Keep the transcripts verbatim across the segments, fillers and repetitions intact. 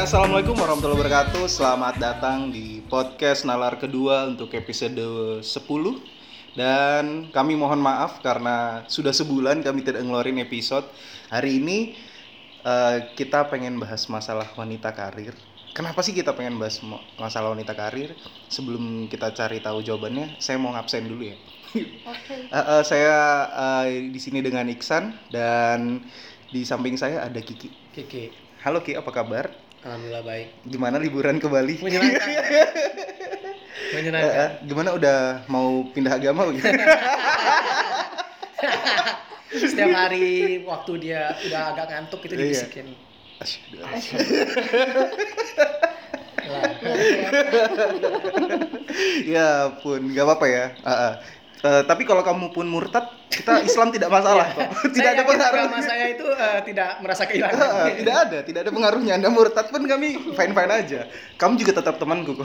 Assalamualaikum warahmatullahi wabarakatuh. Selamat datang di podcast Nalar kedua untuk episode sepuluh. Dan kami mohon maaf karena sudah sebulan kami tidak ngeluarin episode. Hari ini uh, kita pengen bahas masalah wanita karir. Kenapa sih kita pengen bahas masalah wanita karir? Sebelum kita cari tahu jawabannya, saya mau ngabsen dulu ya. Okay. uh, uh, saya uh, di sini dengan Iksan dan di samping saya ada Kiki. Kiki. Halo Ki, apa kabar? Alhamdulillah baik. Gimana liburan ke Bali? Menyenangkan. Menyenangkan. Uh, uh, gimana udah mau pindah agama gitu? Setiap hari waktu dia udah agak ngantuk itu dibisikin. Asyik. Ya pun, nggak apa-apa ya. Uh, uh. Uh, tapi kalau kamu pun murtad, kita Islam tidak masalah kok. Tidak ada pengaruh. Agama saya itu uh, tidak merasa kehilangan. Uh, uh, tidak ada, tidak ada pengaruhnya. Anda murtad pun kami fine-fine aja. Kamu juga tetap temanku kok.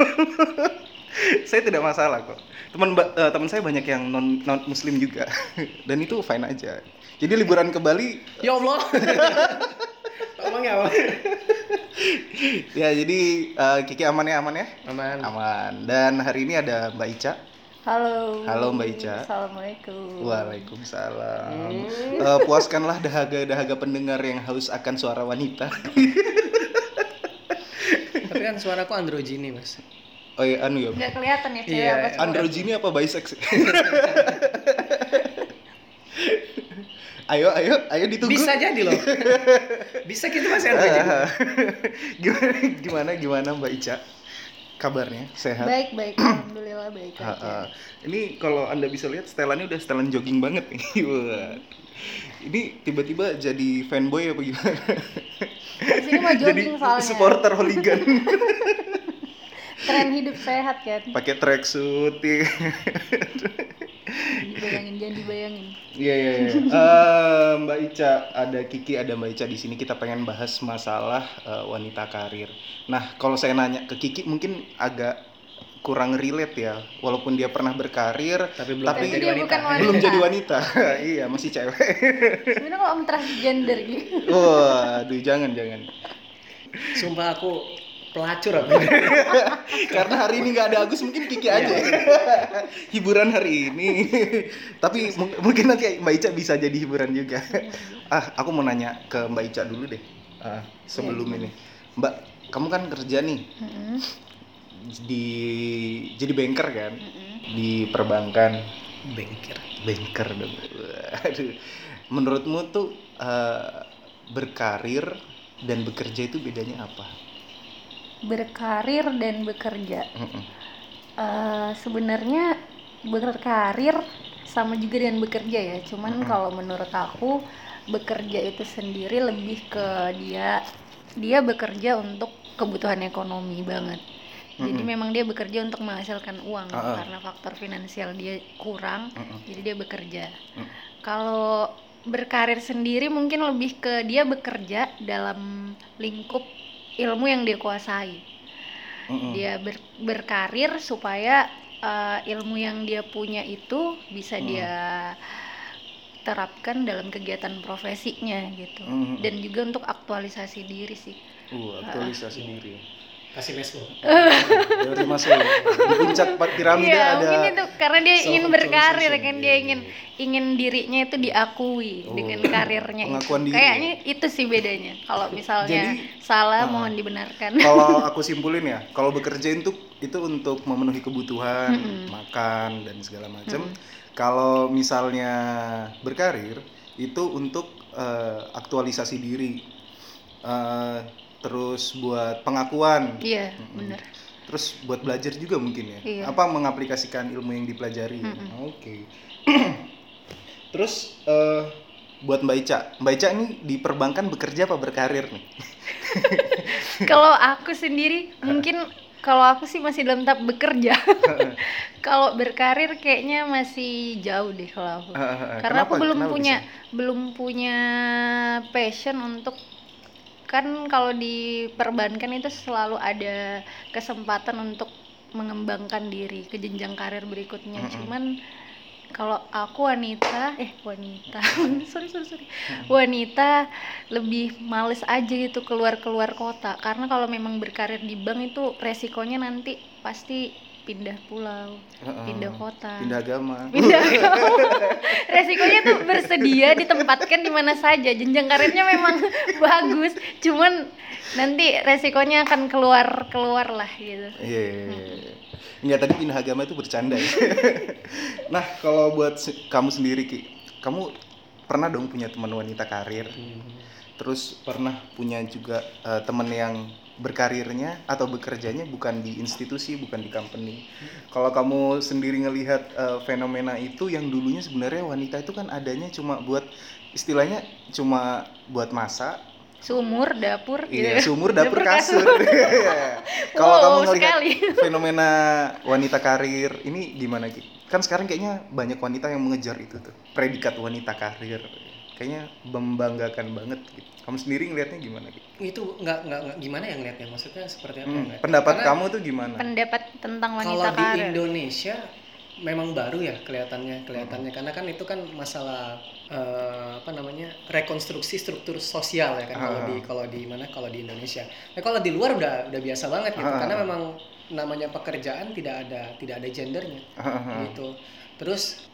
Saya tidak masalah kok. Teman uh, teman saya banyak yang non non muslim juga. Dan itu fine aja. Jadi liburan ke Bali. Ya Allah. Tolong ya Allah. Ya jadi uh, Kiki aman ya aman ya? Aman. Aman. Dan hari ini ada Mbak Ica. Halo. Halo Mbak Ica. Assalamualaikum. Waalaikumsalam. Hmm. Uh, puaskanlah dahaga-dahaga pendengar yang haus akan suara wanita. Tapi kan suaraku androgini, Mas. Oh iya, anu ya. Nggak kelihatan ya cewek Iya, apa cowok? Androgini apa bisex? Ayo, ayo, ayo ditunggu. Bisa jadi loh. Bisa gitu Mas androgini. gimana, gimana, gimana Mbak Ica? Kabarnya sehat? Baik, baik. Alhamdulillah baik Ha, aja. ha. Ini kalau Anda bisa lihat setelannya udah setelan jogging banget nih. Wah. Ini tiba-tiba jadi fanboy apa gimana? Di sini mau jogging jadi soalnya. supporter hooligan. Tren hidup sehat kan. Pakai tracksuit. Dibayangin, jangan dibayangin. Iya iya iya. Eh, Mbak Ica, ada Kiki, ada Mbak Ica di sini, kita pengen bahas masalah uh, wanita karir. Nah, kalau saya nanya ke Kiki mungkin agak kurang relate ya, walaupun dia pernah berkarir Tapi belum tapi jadi dia wanita. bukan wanita. belum jadi wanita. Iya, masih cewek. Sebenarnya kalau om transgender gitu. Wah, aduh jangan jangan. Sumpah aku pelacur aku. Karena hari ini nggak ada Agus, mungkin Kiki aja. Hiburan hari ini. Tapi m- mungkin nanti Mbak Ica bisa jadi hiburan juga. Ah, aku mau nanya ke Mbak Ica dulu deh. Ah, sebelum ini, Mbak, kamu kan kerja nih Mm-mm. di jadi banker kan, Mm-mm. di perbankan. Bengker. Banker dong. Aduh. Menurutmu tuh eh, berkarir dan bekerja itu bedanya apa? Berkarir dan bekerja. Mm-mm. Eh, sebenarnya berkarir sama juga dengan bekerja ya. Cuman Mm-mm. kalau menurut aku bekerja itu sendiri lebih ke dia dia bekerja untuk kebutuhan ekonomi banget. Jadi Mm-mm. memang dia bekerja untuk menghasilkan uang Ah, ah. karena faktor finansial dia kurang. Mm-mm. Jadi dia bekerja. Mm. Kalau berkarir sendiri mungkin lebih ke dia bekerja dalam lingkup ilmu yang dia kuasai. Mm-mm. Dia ber- berkarir supaya uh, ilmu yang dia punya itu bisa Mm. dia terapkan dalam kegiatan profesinya gitu. Mm. Dan juga untuk aktualisasi diri sih. Uh, aktualisasi diri. Kasih mesmo. Dari masuk di puncak piramida Iya, ada. mungkin itu karena dia ingin berkarir self-actualization. kan, dia ingin ingin dirinya itu diakui Oh, dengan karirnya itu. pengakuan diri. Kayaknya itu sih bedanya. Kalau misalnya Jadi, salah uh, mohon dibenarkan. Kalau aku simpulin ya, kalau bekerja itu itu untuk memenuhi kebutuhan, Mm-mm. makan dan segala macam. Mm-mm. Kalau misalnya berkarir itu untuk eh, aktualisasi diri, Eh, terus buat pengakuan, Iya, Mm-mm. benar. terus buat belajar juga mungkin ya. Iya. Apa mengaplikasikan ilmu yang dipelajari. ya? Mm-mm. Oke. Terus eh, buat Mbak Ica, Mbak Ica ini di perbankan bekerja apa berkarir nih? Kalau aku sendiri mungkin kalau aku sih masih dalam tahap bekerja. Kalau berkarir kayaknya masih jauh deh kalau aku. Karena aku Kenapa? belum Kenapa punya bisa? belum punya passion untuk, kan kalau di perbankan itu selalu ada kesempatan untuk mengembangkan diri ke jenjang karir berikutnya. Mm-mm. Cuman Kalau aku wanita, eh wanita, sorry sorry sorry, wanita lebih males aja gitu keluar-keluar kota, karena kalau memang berkarir di bank itu resikonya nanti pasti pindah pulau, pindah kota, pindah agama. pindah agama. Resikonya tuh bersedia ditempatkan di mana saja, jenjang karirnya memang bagus, cuman nanti resikonya akan keluar keluar lah gitu. Iya. Yeah. Enggak, tadi pindah agama itu bercanda ya. Nah, kalau buat se- kamu sendiri Ki, kamu pernah dong punya teman wanita karir? Hmm. Terus pernah punya juga uh, teman yang berkarirnya atau bekerjanya bukan di institusi, bukan di company. Hmm. Kalau kamu sendiri ngelihat uh, fenomena itu yang dulunya sebenarnya wanita itu kan adanya cuma buat istilahnya cuma buat masak, sumur dapur gitu. Iya, sumur dapur, dapur kasur. Kalau wow, kamu ngelihat sekali. fenomena wanita karir ini gimana Ki? Kan sekarang kayaknya banyak wanita yang mengejar itu tuh, predikat wanita karir. Kayaknya membanggakan banget gitu. Kamu sendiri ngelihatnya gimana Ki? Itu enggak enggak, enggak gimana ya ngelihatnya? Maksudnya seperti apa hmm, ya? Pendapat Karena kamu tuh gimana? Pendapat tentang wanita kalau karir. Kalau di Indonesia memang baru ya kelihatannya kelihatannya hmm. karena kan itu kan masalah uh, apa namanya rekonstruksi struktur sosial ya kan, kalau di kalau di mana kalau di Indonesia. Nah, kalau di luar udah udah biasa banget gitu, karena memang namanya pekerjaan tidak ada tidak ada gendernya gitu. Terus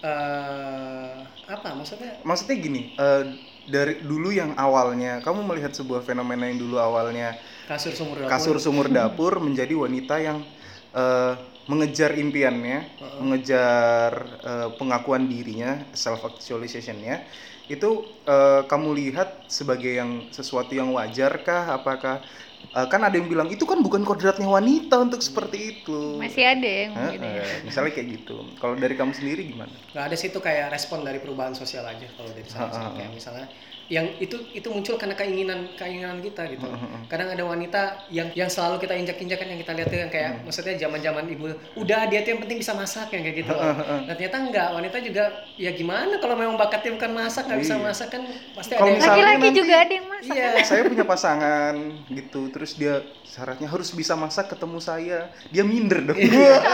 uh, apa maksudnya? Maksudnya gini, uh, dari dulu yang awalnya kamu melihat sebuah fenomena yang dulu awalnya kasur sumur dapur, kasur sumur dapur menjadi wanita yang uh, mengejar impiannya, uh-uh. mengejar uh, pengakuan dirinya, self actualization-nya, itu uh, kamu lihat sebagai yang sesuatu yang wajar kah? Apakah uh, kan ada yang bilang itu kan bukan kodratnya wanita untuk seperti itu. Masih ada yang uh, gitu uh, ya. Misalnya kayak gitu. Kalau dari kamu sendiri gimana? Nggak ada sih, itu kayak respon dari perubahan sosial aja kalau dari saya. Uh-uh. Kayak misalnya yang itu itu muncul karena keinginan keinginan kita gitu. Uh-huh. Kadang ada wanita yang yang selalu kita injak-injakan, yang kita lihat yang kayak uh-huh. maksudnya zaman-zaman ibu udah dia tuh yang penting bisa masak yang kayak gitu. Uh-huh. Nah, ternyata enggak, wanita juga ya gimana kalau memang bakatnya bukan masak, nggak bisa masak kan pasti kalo ada yang laki-laki juga ada yang masak. Iya, saya punya pasangan gitu, terus dia syaratnya harus bisa masak ketemu saya, dia minder dong.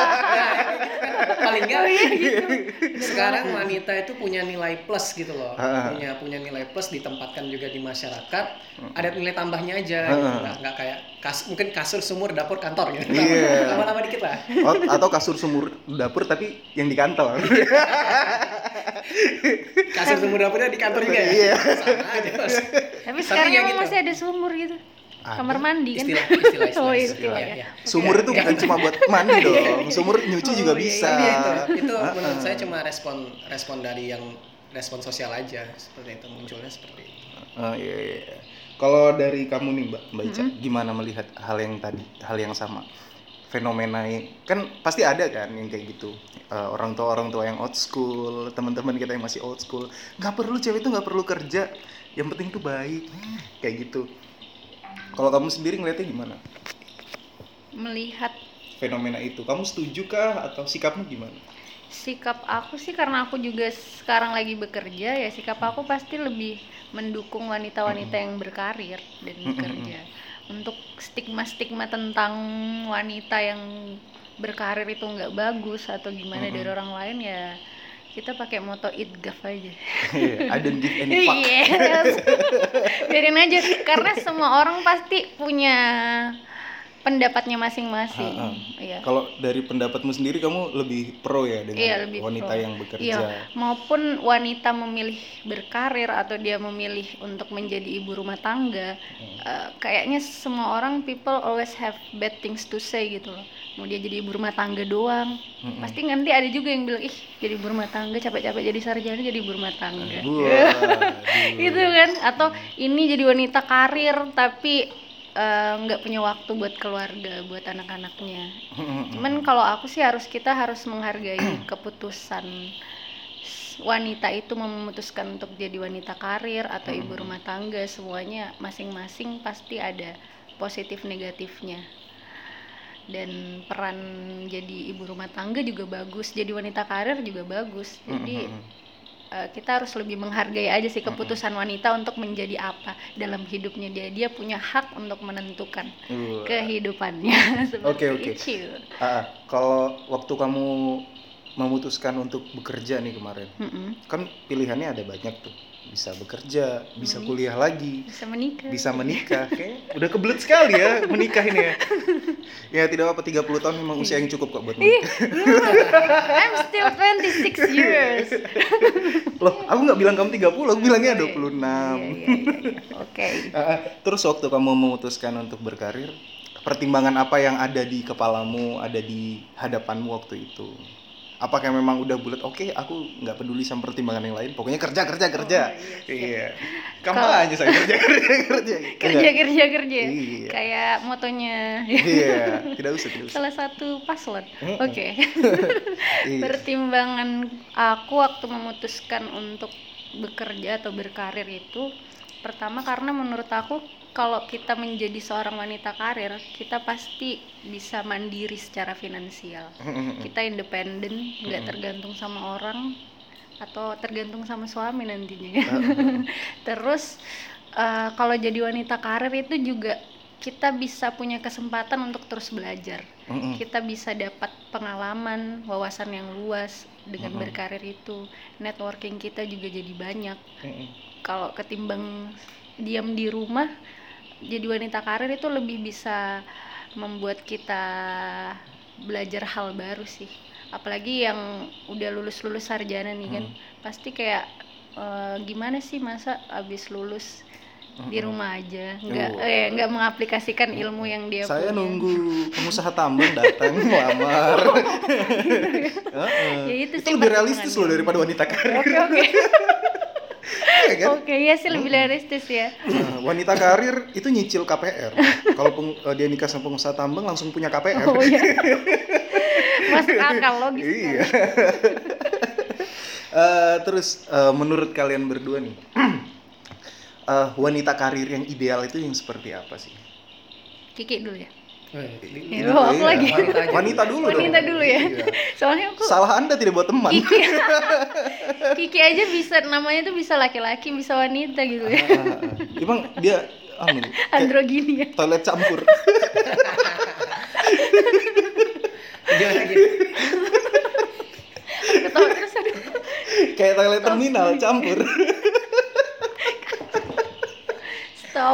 Paling enggak gitu. Sekarang wanita itu punya nilai plus gitu loh. Uh-huh. Punya punya nilai plus, ditempatkan juga di masyarakat. Uh-huh. Ada nilai tambahnya aja uh-huh. gitu. Nggak, nggak kayak kas, mungkin kasur sumur dapur kantor gitu. Yeah. Lama-lama dikit lah. Oh, atau kasur sumur dapur tapi yang di kantor. Kasur sumur dapurnya di kantor juga ya. Iya. Sama aja Mas. Tapi sekarang emang gitu. Masih ada sumur gitu. Ada. Kamar mandi kan? Istilah, istilah, istilah, oh, istilah, istilah. Ya, ya. Sumur itu bukan cuma buat mandi dong. Sumur nyuci oh, juga iya, bisa. Iya, itu itu menurut saya cuma respon respon dari yang respon sosial aja, seperti itu, munculnya seperti itu. Oh iya, iya. Kalau dari kamu nih Mbak, Mbak Ica, mm-hmm. gimana melihat hal yang tadi, hal yang sama? Fenomena yang, kan pasti ada kan yang kayak gitu. Uh, orang tua orang tua yang old school, teman-teman kita yang masih old school, nggak perlu cewek itu nggak perlu kerja, yang penting tuh baik, kayak gitu. Kalau kamu sendiri ngeliatnya gimana? Melihat fenomena itu, kamu setuju kah atau sikapmu gimana? Sikap aku sih, karena aku juga sekarang lagi bekerja ya, sikap aku pasti lebih mendukung wanita-wanita mm-hmm. yang berkarir dan bekerja. Mm-hmm. Untuk stigma-stigma tentang wanita yang berkarir itu nggak bagus atau gimana mm-hmm. dari orang lain, ya kita pakai moto eat gaf aja. I don't give any fuck. Yes. Biarin aja, karena semua orang pasti punya pendapatnya masing-masing. Iya. Kalau dari pendapatmu sendiri, kamu lebih pro ya dengan iya, wanita pro. yang bekerja. Iya. Maupun wanita memilih berkarir atau dia memilih untuk menjadi ibu rumah tangga, hmm. uh, kayaknya semua orang, people always have bad things to say gitu loh. Mau dia jadi ibu rumah tangga doang, hmm. pasti nanti ada juga yang bilang, ih jadi ibu rumah tangga capek-capek jadi sarjana jadi ibu rumah tangga. Gitu kan? Atau ini jadi wanita karir tapi nggak uh, punya waktu buat keluarga, buat anak-anaknya. Cuman kalau aku sih harus kita harus menghargai keputusan wanita itu memutuskan untuk jadi wanita karir atau ibu rumah tangga. Semuanya masing-masing pasti ada positif negatifnya. Dan peran jadi ibu rumah tangga juga bagus, jadi wanita karir juga bagus. Jadi uh, kita harus lebih menghargai aja sih keputusan wanita untuk menjadi apa dalam hidupnya dia. Dia punya hak untuk menentukan uh. kehidupannya. Oke oke. Uh, kalau waktu kamu memutuskan untuk bekerja nih kemarin, Mm-mm. kan pilihannya ada banyak tuh, bisa bekerja, bisa Menikah. kuliah lagi, Bisa menikah. bisa menikah. Kayak udah kebelet sekali ya menikah ini ya. Ya tidak apa, tiga puluh tahun memang usia yang cukup kok buat menikah. I'm still twenty-six years. Loh, aku nggak bilang kamu tiga puluh, aku bilangnya Oh, dua puluh enam. Iya, iya, iya, iya. Oke. Ah, terus waktu kamu memutuskan untuk berkarir, pertimbangan apa yang ada di kepalamu, ada di hadapanmu waktu itu? Apakah memang udah bulat, oke aku nggak peduli sama pertimbangan yang lain, pokoknya kerja kerja kerja. Oh, iya, siap. Iya. Kamu Kalau- aja saya kerja kerja kerja. Kerja kerja kerja. Iya. Kayak motonya Iya, tidak usah tidak usah. salah satu paslon. Mm-mm. Oke. Iya. Pertimbangan aku waktu memutuskan untuk bekerja atau berkarir itu, pertama karena menurut aku kalau kita menjadi seorang wanita karir, kita pasti bisa mandiri secara finansial. Kita independen, nggak tergantung sama orang atau tergantung sama suami nantinya. Terus eh, kalau jadi wanita karir itu juga kita bisa punya kesempatan untuk terus belajar. Mm-mm. Kita bisa dapat pengalaman, wawasan yang luas dengan Mm-mm. berkarir itu. Networking kita juga jadi banyak. Mm-mm. Kalau ketimbang diam di rumah, jadi wanita karir itu lebih bisa membuat kita belajar hal baru sih. Apalagi yang udah lulus-lulus sarjana nih kan, pasti kayak eh, gimana sih masa abis lulus di Mm-mm. rumah aja, nggak Oh. eh nggak mengaplikasikan ilmu yang dia Saya punya. nunggu pengusaha tambang datang melamar. Heeh. Ya itu itu sih lebih realistis loh pertimbangannya. daripada wanita karir. Oke oke. Iya kan? Oke, ya sih lebih realistis ya. Nah, wanita karir itu nyicil K P R. Kalau peng- eh, dia nikah sama pengusaha tambang langsung punya K P R. Oh iya. Masuk akal logis. Iya. Eh, terus eh, menurut kalian berdua nih, eh, wanita karir yang ideal itu yang seperti apa sih? Kiki dulu ya. Weh, di- Ya, oh, aku Iya. lagi. Wanita aja. Wanita dulu dong. Wanita dulu ya. Iya. Soalnya aku Salah Anda tidak buat teman. Kiki. Kiki aja bisa namanya tuh bisa laki-laki, bisa wanita gitu ya. Ah, ah, ah. Emang dia anu, kayak Androgini ya. toilet campur. Gimana lagi? Ketawa terus aduh. Kayak toilet terminal campur. Stop.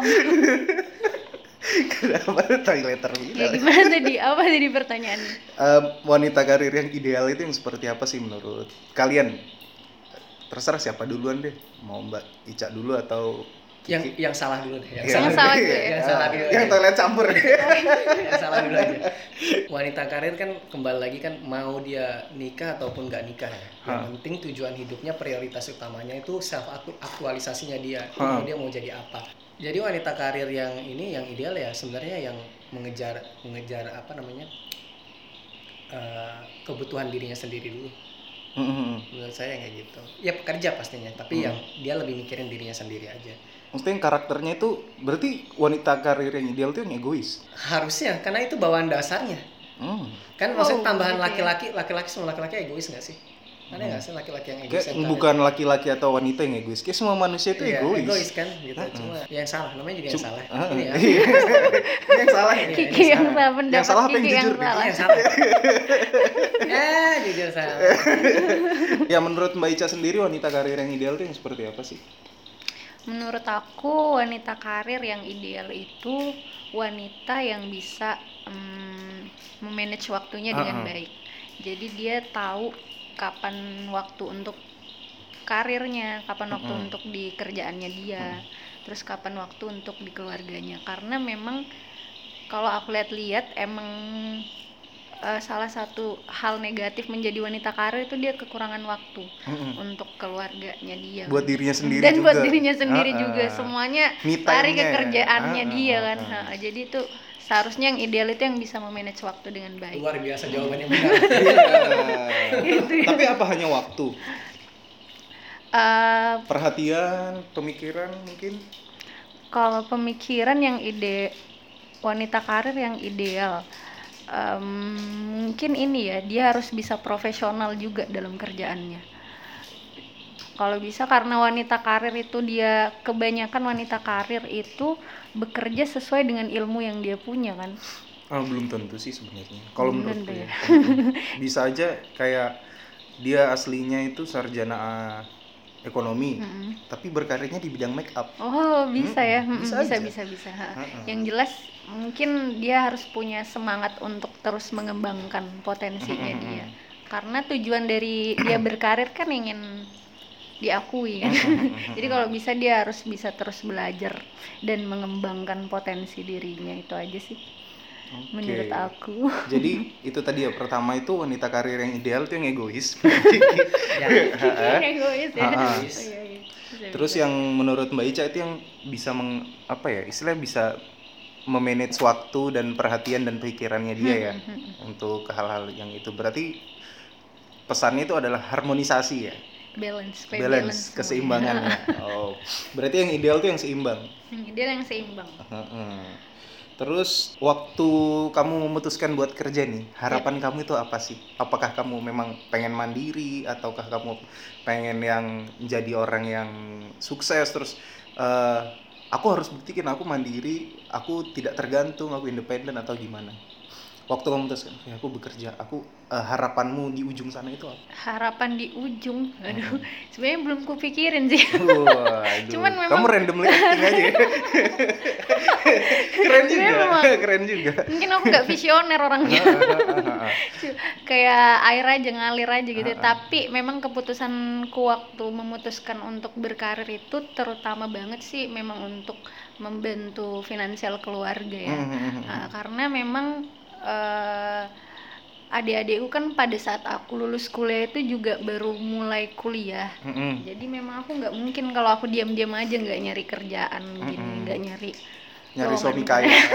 Kenapa toilet Ya terminal? gimana tadi? Apa tadi pertanyaannya? Em, wanita karir yang ideal itu yang seperti apa sih menurut kalian? Terserah siapa duluan deh. Mau Mbak Ica dulu atau Yang Kiki? yang salah dulu deh. Yang, Iya. Yang salah. salah dulu ya? Yang salah dulu. Yang aja. toilet campur. Yang salah dulu aja. Wanita karir kan kembali lagi kan mau dia nikah ataupun nggak nikah ya. Yang Hah. penting tujuan hidupnya prioritas utamanya itu self aktu- aktualisasinya dia. Hah. Mau dia mau jadi apa. Jadi wanita karir yang ini yang ideal ya sebenarnya yang mengejar mengejar apa namanya eh, kebutuhan dirinya sendiri dulu. Mm-mm. Menurut saya kayak gitu. Ya pekerja pastinya, tapi Hmm. yang dia lebih mikirin dirinya sendiri aja. Maksudnya yang karakternya itu berarti wanita karir yang ideal itu yang egois. Harusnya karena itu bawaan dasarnya. Hmm. Kan Oh, maksudnya tambahan gitu ya. laki-laki, laki-laki semua laki-laki egois nggak sih? Ada nggak sih laki-laki yang egois? Kayak yang bukan laki-laki atau wanita yang egois. Kayak semua manusia itu Iya, egois. egois kan gitu. Mm-mm. Cuma yang salah namanya juga yang Cum- salah. Ah, Ini ya. iya. Ini yang salah ya. Iya, Kiki yang yang salah. salah, pendapat Yang salah apa yang Kiki yang jujur nih? salah. Ini yang salah. Ya, jujur salah. Ya menurut Mbak Ica sendiri wanita karir yang ideal itu yang seperti apa sih? Menurut aku wanita karir yang ideal itu wanita yang bisa mm, memanage waktunya dengan Ah-ah. baik. Jadi dia tahu kapan waktu untuk karirnya, kapan waktu Mm-mm. untuk di kerjaannya dia, terus kapan waktu untuk di keluarganya. Karena memang kalau aku lihat-lihat emang eh, salah satu hal negatif menjadi wanita karir itu dia kekurangan waktu Mm-mm. untuk keluarganya dia. Buat dirinya sendiri dan juga. buat dirinya sendiri Ah-ah. juga semuanya Me lari ke time-nya. kerjaannya Ah, dia ah, kan. ah. Ha, jadi itu seharusnya yang ideal itu yang bisa memanage waktu dengan baik. Luar biasa jawabannya benar. Iya. Tapi apa hanya waktu? Eh, Perhatian, pemikiran mungkin? kalau pemikiran yang ide wanita karir yang ideal, em, mungkin ini ya dia harus bisa profesional juga dalam kerjaannya. Kalau bisa karena wanita karir itu dia kebanyakan wanita karir itu bekerja sesuai dengan ilmu yang dia punya kan. Ah, belum tentu sih sebenarnya. Kalau Belum menurutku tentu ya. Bisa aja kayak dia aslinya itu sarjana uh, ekonomi, Mm-mm. tapi berkarirnya di bidang make up. Oh bisa Mm-mm, ya. Mm-mm, bisa bisa aja. bisa bisa. Ha. Ha-ha. Yang jelas mungkin dia harus punya semangat untuk terus mengembangkan potensinya Mm-mm. dia, karena tujuan dari dia berkarir kan ingin diakui kan. Jadi kalau bisa dia harus bisa terus belajar dan mengembangkan potensi dirinya, itu aja sih Oke. menurut aku. Jadi itu tadi ya, pertama itu wanita karir yang ideal itu yang egois. Ya, Egois ya. Ha-ha. Oh, iya, iya. Bisa, Terus bisa. yang menurut Mbak Ica itu yang bisa meng, apa ya, istilahnya bisa memanage waktu dan perhatian dan pikirannya dia ya Hmm, hmm, hmm. untuk hal-hal yang itu. Berarti pesannya itu adalah harmonisasi ya, balance, play balance, semuanya. keseimbangannya. Oh, berarti yang ideal tuh yang seimbang. Hmm, dia yang seimbang. Heeh. Terus waktu kamu memutuskan buat kerja nih, harapan kamu itu apa sih? Apakah kamu memang pengen mandiri ataukah kamu pengen yang jadi orang yang sukses terus eh, aku harus buktikan aku mandiri, aku tidak tergantung, aku independen atau gimana? Waktu kamu memutuskan, ya aku bekerja, aku eh, harapanmu di ujung sana itu apa? Harapan di ujung, aduh, sebenarnya belum kupikirin sih. Waduh, Cuman memang- kamu randomly acting aja ya. Keren juga, Sebenarnya memang- keren juga. Mungkin aku nggak visioner orangnya. Kayak air aja, ngalir aja gitu. Ah, ah. Tapi memang keputusanku waktu memutuskan untuk berkarir itu terutama banget sih memang untuk membantu finansial keluarga ya. Nah, karena memang eh, adik-adikku kan pada saat aku lulus kuliah itu juga baru mulai kuliah. Mm-mm. Jadi memang aku nggak mungkin kalau aku diam-diam aja nggak nyari kerjaan gini, Mm-mm. nggak nyari Nyari lowongan suami kerja. kaya.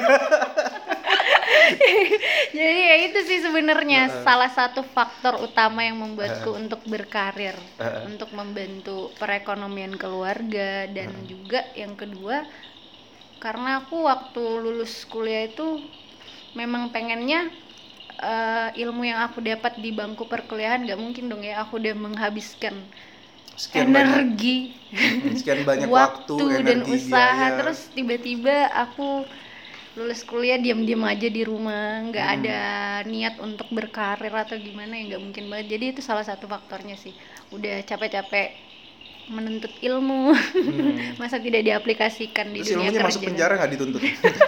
Jadi ya itu sih sebenarnya Uh-uh. salah satu faktor utama yang membuatku untuk berkarir, Uh-uh. untuk membantu perekonomian keluarga, dan Uh-uh. juga yang kedua karena aku waktu lulus kuliah itu memang pengennya eh, ilmu yang aku dapat di bangku perkuliahan nggak mungkin dong ya aku udah menghabiskan Sekian banyak, energi, sekian banyak waktu, waktu, dan energi, usaha, biaya. terus tiba-tiba aku lulus kuliah diam-diam aja di rumah, nggak Hmm. ada niat untuk berkarir atau gimana, ya nggak mungkin banget. Jadi itu salah satu faktornya sih. Udah capek-capek menuntut ilmu, Hmm. masa tidak diaplikasikan di Terus dunia ilmunya kerja? masuk penjara nggak dituntut?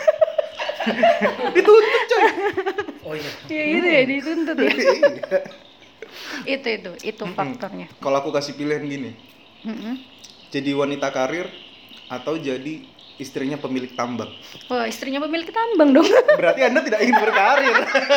Dituntut coy. Oh iya. Ya itu ya dituntut ya. Iya. itu itu itu faktornya. Kalau aku kasih pilihan gini, Mm-mm. jadi wanita karir atau jadi istrinya pemilik tambang. Wah, istrinya pemilik tambang dong. Berarti Anda tidak ingin berkarir.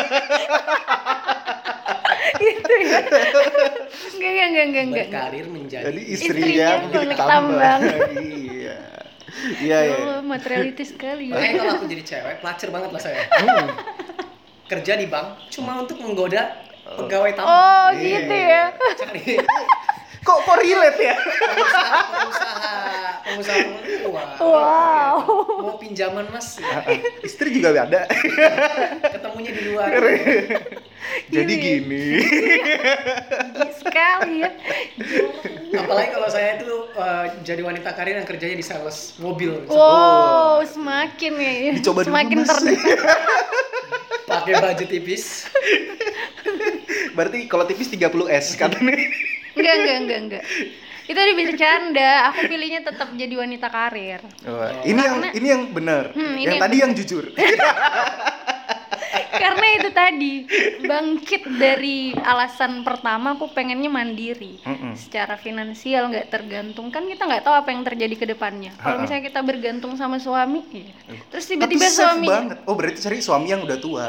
Gitu ya. Enggak enggak enggak enggak enggak. Berkarir menjadi Jadi Istrinya istrinya pemilik pemilik tambang. tambang. Iya. Iya ya. Oh, materialistis sekali. Makanya kalau aku jadi cewek, pelacur banget lah saya. Hmm. Kerja di bank cuma untuk menggoda pegawai tambang. Oh, Iya. gitu ya. Cari Kok kok relate ya? pengusaha, pengusaha, pengusaha wah. Wow. Mau pinjaman mas, Istri juga ada. ketemunya di luar. Jadi Gini. gini. Gigi sekali ya. Apalagi kalau saya itu uh, jadi wanita karir yang kerjanya di sales mobil. Wow, semakin ya. Dicoba dulu, Semakin Mas. terdekat. Pakai baju tipis. Berarti kalau tipis tiga puluh S katanya. Enggak, enggak, enggak, enggak. Itu dia bercanda. Aku pilihnya tetap jadi wanita karir. Oh, ini yang Karena- ini yang benar. Hmm, ini yang yang tadi yang jujur. Karena itu tadi bangkit dari alasan pertama, aku pengennya mandiri. Mm-mm. Secara finansial nggak tergantung, kan kita nggak tahu apa yang terjadi ke depannya. Kalau Ha-ha. misalnya kita bergantung sama suami, ya. Terus Tapi tiba-tiba safe suami banget. Oh, berarti cari suami yang udah tua.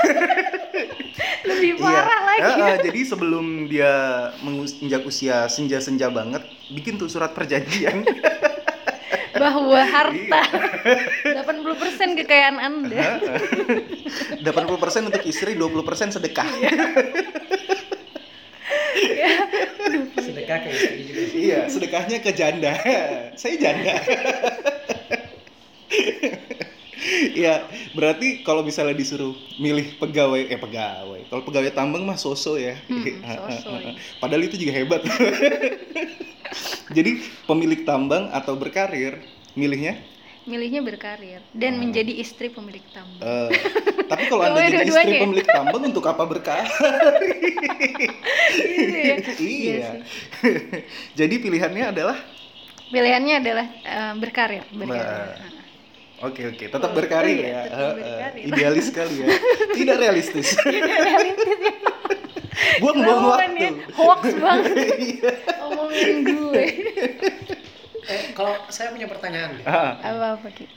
lebih parah lagi. Ya, ah, jadi sebelum dia menginjak usia senja-senja banget, bikin tuh surat perjanjian. Bahwa harta Iya. delapan puluh persen kekayaan Anda. delapan puluh persen untuk istri, dua puluh persen sedekah. Sedekah ke istri juga. Iya, sedekahnya ke janda. Saya janda. Iya, berarti kalau misalnya disuruh milih pegawai, eh pegawai, kalau pegawai tambang mah so-so ya. Hmm, so-so, ya. Padahal itu juga hebat. Jadi pemilik tambang atau berkarir, milihnya? milihnya berkarir dan Hmm. menjadi istri pemilik tambang. Eh, tapi kalau Anda Pokoknya jadi istri dua-duanya. pemilik tambang untuk apa berkah? Gitu ya. Iya. sih. Jadi pilihannya adalah Pilihannya adalah eh, berkarir, berkarir. Nah. Oke oke, tetap Oh, berkarir iya, ya. tetap Eh, eh, berkarir. idealis sekali ya. Tidak realistis. Realistis ya. Buang-buang Ketahuan waktu. ya, hoax banget Iya. omongan gue. Eh, kalau saya punya pertanyaan deh. Ah, Apa-apa Ki?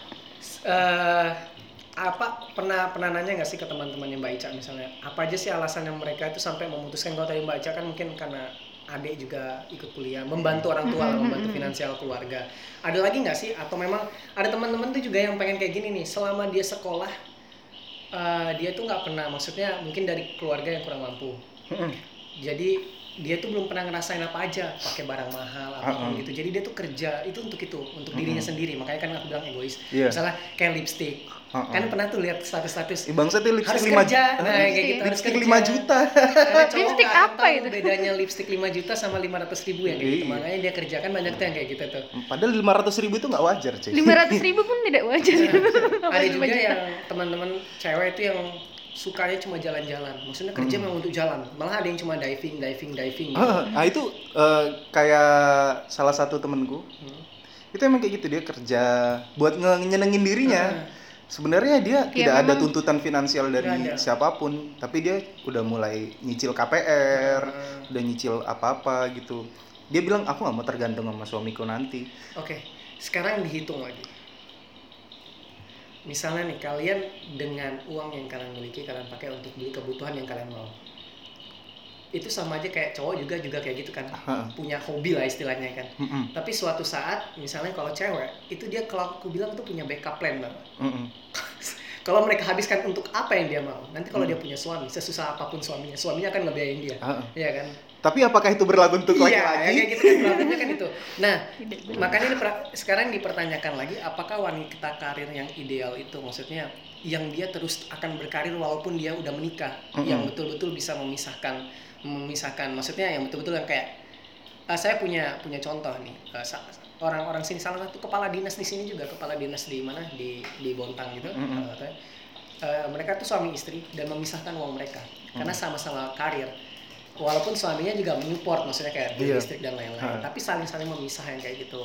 Eh, apa pernah pernah nanya nggak sih ke teman-temannya Mbak Ica misalnya apa aja sih alasan yang mereka itu sampai memutuskan, kalau tadi Mbak Ica kan mungkin karena adik juga ikut kuliah membantu orang tua, membantu finansial keluarga, ada lagi nggak sih atau memang ada teman-teman tuh juga yang pengen kayak gini nih selama dia sekolah eh, dia tuh nggak pernah, maksudnya mungkin dari keluarga yang kurang mampu, jadi dia tuh belum pernah ngerasain apa aja pakai barang mahal apapun Uh-uh. gitu, jadi dia tuh kerja itu untuk itu untuk dirinya Mm-mm. sendiri, makanya kan aku bilang egois. Iya. Misalnya kayak lipstick, Uh-uh. kan pernah tuh lihat status-status Ih, bangsa tuh lipstick harus lima kerja, juta. nah kayak gitu harus Lipstick kerja. lima juta. Karena cowok Lipstick nggak apa tahu itu? bedanya lipstick lima juta sama lima ratus ribu yang kayak gitu, Iya. makanya dia kerja, kan banyak tuh yang kayak gitu tuh. Padahal lima ratus ribu itu nggak wajar, cuy. lima ratus ribu pun tidak wajar. Apa Ada lima juga juta? yang teman-teman cewek itu yang sukanya cuma jalan-jalan, maksudnya kerja Hmm. memang untuk jalan, malah ada yang cuma diving, diving, diving gitu. Ah, nah itu eh, kayak salah satu temenku Hmm. itu emang kayak gitu, dia kerja buat nge- nyenengin dirinya. Ah. Sebenarnya dia Ya, tidak ada memang- tuntutan finansial dari Nggak ada. siapapun, tapi dia udah mulai nyicil K P R, Ah. udah nyicil apa-apa gitu. Dia bilang aku nggak mau tergantung sama suamiku nanti. Oke, sekarang dihitung lagi. Misalnya nih, kalian dengan uang yang kalian miliki, kalian pakai untuk beli kebutuhan yang kalian mau. Itu sama aja kayak cowok juga juga kayak gitu kan, Heeh. punya hobi lah istilahnya kan. Mm-mm, Tapi suatu saat, misalnya kalau cewek, itu dia kalau aku bilang tuh punya backup plan banget. mm-mm. Kalau mereka habiskan untuk apa yang dia mau, nanti kalau Hmm. dia punya suami, sesusah apapun suaminya, suaminya akan ngebiayain dia, Heeh. iya kan? Tapi apakah itu berlaku untuk Iya, laki-laki? kayak gitu kan problemnya kan itu. Nah, Tidak benar. makanya ini pra- sekarang dipertanyakan lagi, apakah wanita karir yang ideal itu, maksudnya yang dia terus akan berkarir walaupun dia udah menikah, Mm-mm. yang betul-betul bisa memisahkan, memisahkan, maksudnya yang betul-betul yang kayak, ah, saya punya punya contoh nih, ah, sa- orang-orang sini, salah satu kepala dinas di sini juga, kepala dinas di mana di di Bontang gitu, Mm-mm. ah, katanya, eh, mereka tuh suami istri dan memisahkan uang mereka karena sama-sama karir. Walaupun suaminya juga menyupport, maksudnya kayak beli Iya. listrik dan lain-lain, Ha. tapi saling-saling memisah yang kayak gitu.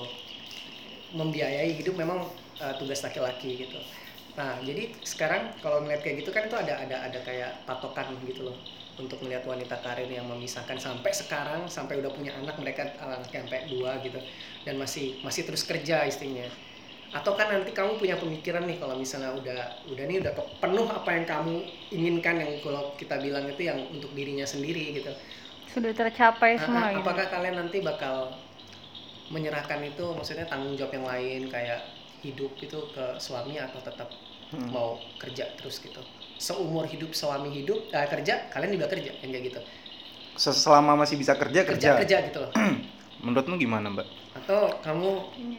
Membiayai hidup memang uh, tugas laki-laki gitu. Nah, jadi sekarang kalau ngeliat kayak gitu kan itu ada ada ada kayak patokan gitu loh untuk melihat wanita karir yang memisahkan sampai sekarang, sampai udah punya anak, mereka anaknya sampai dua gitu dan masih masih terus kerja istrinya. Atau kan nanti kamu punya pemikiran nih kalau misalnya udah udah nih udah ke- penuh apa yang kamu inginkan, yang kalau kita bilang itu yang untuk dirinya sendiri gitu. Sudah tercapai Ah, semua ah, gitu. apakah kalian nanti bakal menyerahkan itu, maksudnya tanggung jawab yang lain kayak hidup itu ke suami, atau tetap Hmm. mau kerja terus gitu? Seumur hidup suami hidup, eh, kerja, kalian juga kerja yang kayak gitu. Selama masih bisa kerja, Kerja kerja. kerja gitu loh. Menurutmu gimana, Mbak? Atau kamu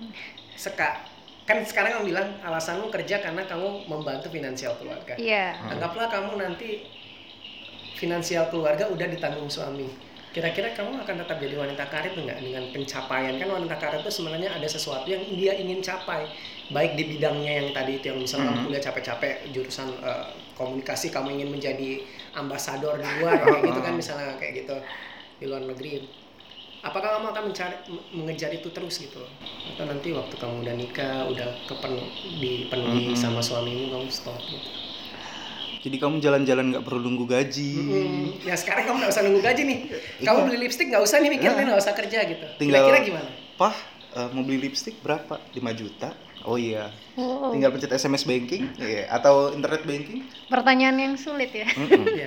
seka kan sekarang kamu bilang alasanmu kerja karena kamu membantu finansial keluarga. Iya. Anggaplah kamu nanti finansial keluarga udah ditanggung suami. Kira-kira kamu akan tetap jadi wanita karir nggak dengan pencapaian? Kan wanita karir itu sebenarnya ada sesuatu yang dia ingin capai, baik di bidangnya yang tadi itu, yang misalnya kamu Mhm. kuliah capek-capek jurusan eh, komunikasi, kamu ingin menjadi ambasador di luar kayak gitu kan, misalnya kayak gitu di luar negeri. Apakah kamu akan mencari mengejar itu terus gitu? Atau nanti waktu kamu udah nikah, udah kepenuh dipenuhi Mhm. sama suamimu, kamu stop gitu? Jadi kamu jalan-jalan nggak perlu nunggu gaji. Mm-mm. Ya sekarang kamu nggak usah nunggu gaji nih. Kamu Iya. beli lipstick nggak usah nih mikirin, Nah. nggak usah kerja gitu. Tinggal- Kira-kira gimana? Pah, eh, mau beli lipstick berapa? lima juta? Oh iya. Wow. Tinggal pencet S M S banking, iya. Atau internet banking. Pertanyaan yang sulit ya. Mm-mm. Iya.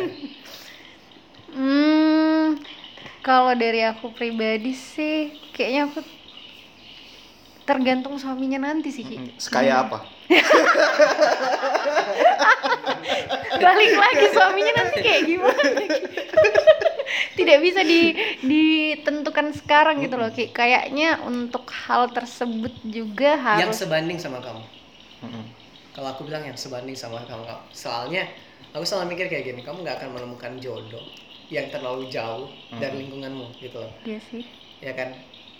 Hmm, kalau dari aku pribadi sih, kayaknya aku tergantung suaminya nanti sih, Ki. Mm-mm. Sekaya apa? Balik lagi suaminya nanti kayak gimana? Tidak bisa di, ditentukan sekarang gitu loh, Ki. Kayaknya untuk hal tersebut juga Yang harus sebanding sama kamu. Mm-mm. Kalau aku bilang yang sebanding sama kamu, soalnya aku selalu mikir kayak gini, kamu nggak akan menemukan jodoh yang terlalu jauh dari lingkunganmu gitu loh. Iya sih. Ya kan?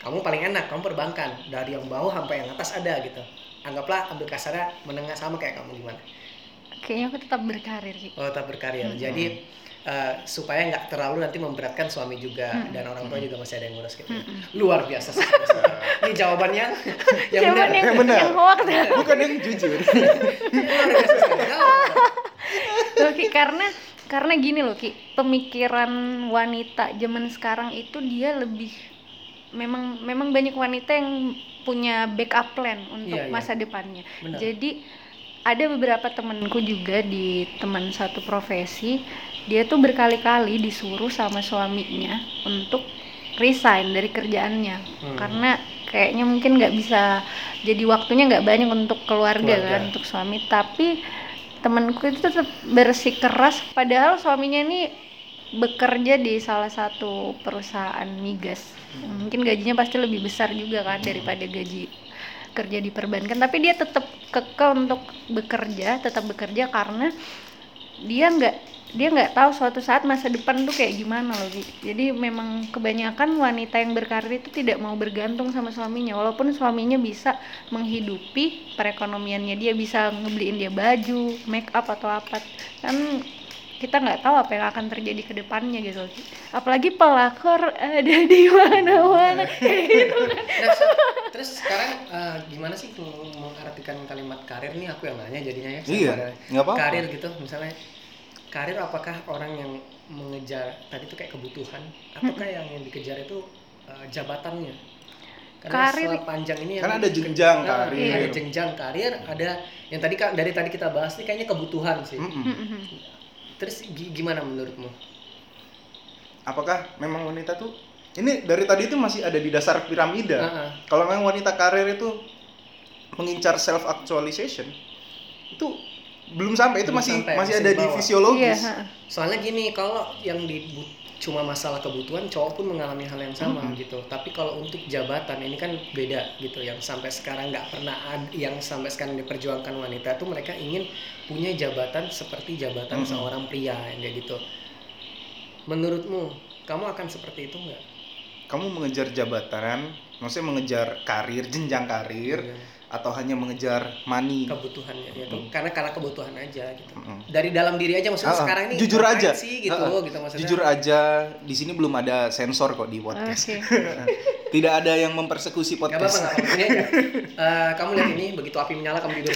kamu paling enak, kamu perbankan dari yang bawah sampai yang atas ada gitu. Anggaplah ambil kasarnya menengah sama kayak kamu gimana? Kayaknya aku tetap berkarir sih. Oh, tetap berkarir. Hmm. Jadi uh, supaya nggak terlalu nanti memberatkan suami juga Hmm. dan orang tua juga masih ada yang ngurus gitu. Hmm. Luar biasa sih. Ini jawabannya yang Jawaban benar. yang, Yang benar. yang hoax ya. Bukan yang jujur. Luar biasa sekali. Jawab. Loh, Ki, karena karena gini loh Ki, pemikiran wanita zaman sekarang itu dia lebih memang memang banyak wanita yang punya backup plan untuk Iya, iya. masa depannya. Benar. Jadi ada beberapa temanku juga di teman satu profesi, dia tuh berkali-kali disuruh sama suaminya untuk resign dari kerjaannya Hmm. karena kayaknya mungkin nggak bisa, jadi waktunya nggak banyak untuk keluarga, Keluarga. kan, untuk suami. Tapi temanku itu tetap bersikeras padahal suaminya ini bekerja di salah satu perusahaan migas. Mungkin gajinya pasti lebih besar juga kan daripada gaji kerja di perbankan, tapi dia tetap kekeh untuk bekerja, tetap bekerja karena dia nggak dia nggak tahu suatu saat masa depan tuh kayak gimana loh. Gi. Jadi memang kebanyakan wanita yang berkarir itu tidak mau bergantung sama suaminya, walaupun suaminya bisa menghidupi perekonomiannya, dia bisa ngebeliin dia baju, make up atau apa, kan kita nggak tahu apa yang akan terjadi ke depannya gitu. Apalagi pelakor ada di mana-mana kayak gitu kan. Nah, so- terus sekarang uh, gimana sih meng- mengartikan kalimat karir nih, aku yang nanya jadinya ya. Iya, Sama ada- nggak apa-apa. Karir gitu, misalnya karir apakah orang yang mengejar tadi itu kayak kebutuhan ataukah yang yang dikejar itu uh, jabatannya? Karena Karir- setelah panjang ini yang Kan ada jenjang Nah, karir. ada jenjang karir, ada yang tadi kan dari tadi kita bahas nih kayaknya kebutuhan sih. Mm-mm. Mm-mm. Terus gi- gimana menurutmu? Apakah memang wanita tuh ini dari tadi itu masih ada di dasar piramida. Ah, ah. Kalau memang wanita karir itu mengincar self actualization itu belum sampai, itu Belum masih sampai, masih masih ada di di bawah. fisiologis. Iya, ha. Soalnya gini, kalau yang di cuma masalah kebutuhan, cowok pun mengalami hal yang sama Mm-mm. gitu. Tapi kalau untuk jabatan ini kan beda gitu. Yang sampai sekarang nggak pernah ada, yang sampai sekarang diperjuangkan wanita tuh mereka ingin punya jabatan seperti jabatan Mm-mm. seorang pria yang kayak gitu. Menurutmu, kamu akan seperti itu nggak? Kamu mengejar jabatan, maksudnya mengejar karir, jenjang karir, Iya. atau hanya mengejar money? Kebutuhannya ya, Mm. karena karena kebutuhan aja gitu. Mm-mm. Dari dalam diri aja maksudnya Ah, ah. sekarang ini Jujur ngapain aja. sih gitu, Ah, ah. gitu maksudnya. Jujur aja, di sini belum ada sensor kok di podcast. Oke. Tidak ada yang mempersekusi Gak apa-apa, podcast. gak apa-apa. Ini aja. Eh, kamu lihat ini, begitu api menyala kamu tidur.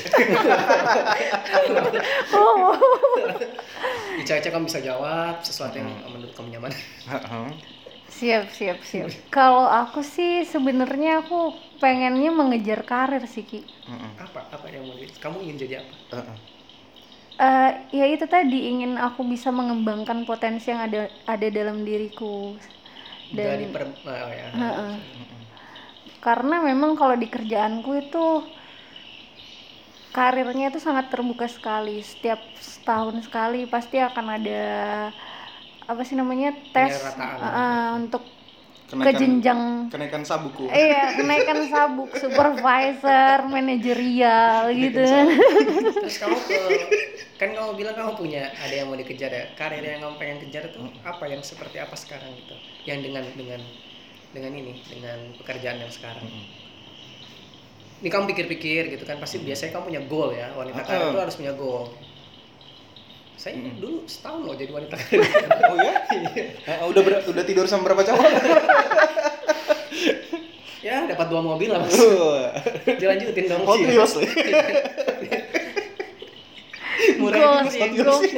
Oh. Di cewek kamu bisa jawab sesuatu yang menurut kamu nyaman. Heeh. Siap, siap, siap. Kalau aku sih sebenarnya aku pengennya mengejar karir sih, Ki. Heeh. Apa? Apa yang mau di- kamu ingin jadi apa? Heeh. Eh, ya itu tadi, ingin aku bisa mengembangkan potensi yang ada ada dalam diriku. Dari Dan per, oh ya. Heeh. karena memang kalau di kerjaanku itu karirnya itu sangat terbuka sekali. Setiap setahun sekali pasti akan ada apa sih namanya, tes Penyerataan. uh, uh, untuk ke Kenaikan jenjang kenaikan sabuku. iya kenaikan sabuk supervisor manajerial gitu kan. Terus kamu ke, kan kamu bilang kamu punya ada yang mau dikejar ya. Karir yang kamu pengen kejar itu apa, yang seperti apa sekarang gitu? Yang dengan dengan dengan ini, dengan pekerjaan yang sekarang. Ini kamu pikir-pikir gitu kan, pasti biasanya kamu punya goal ya. Wanita karir Ah. itu harus punya goal. Saya Mm-mm. dulu setahun loh jadi wanita karir. Oh ya? Eh, udah ber- udah tidur sama berapa cowok? Ya dapat dua mobil lah mas. Wah. Dilanjutin dong. Hot Ci. Wheels. Murah Goals, sih. Hot Wheels. goals.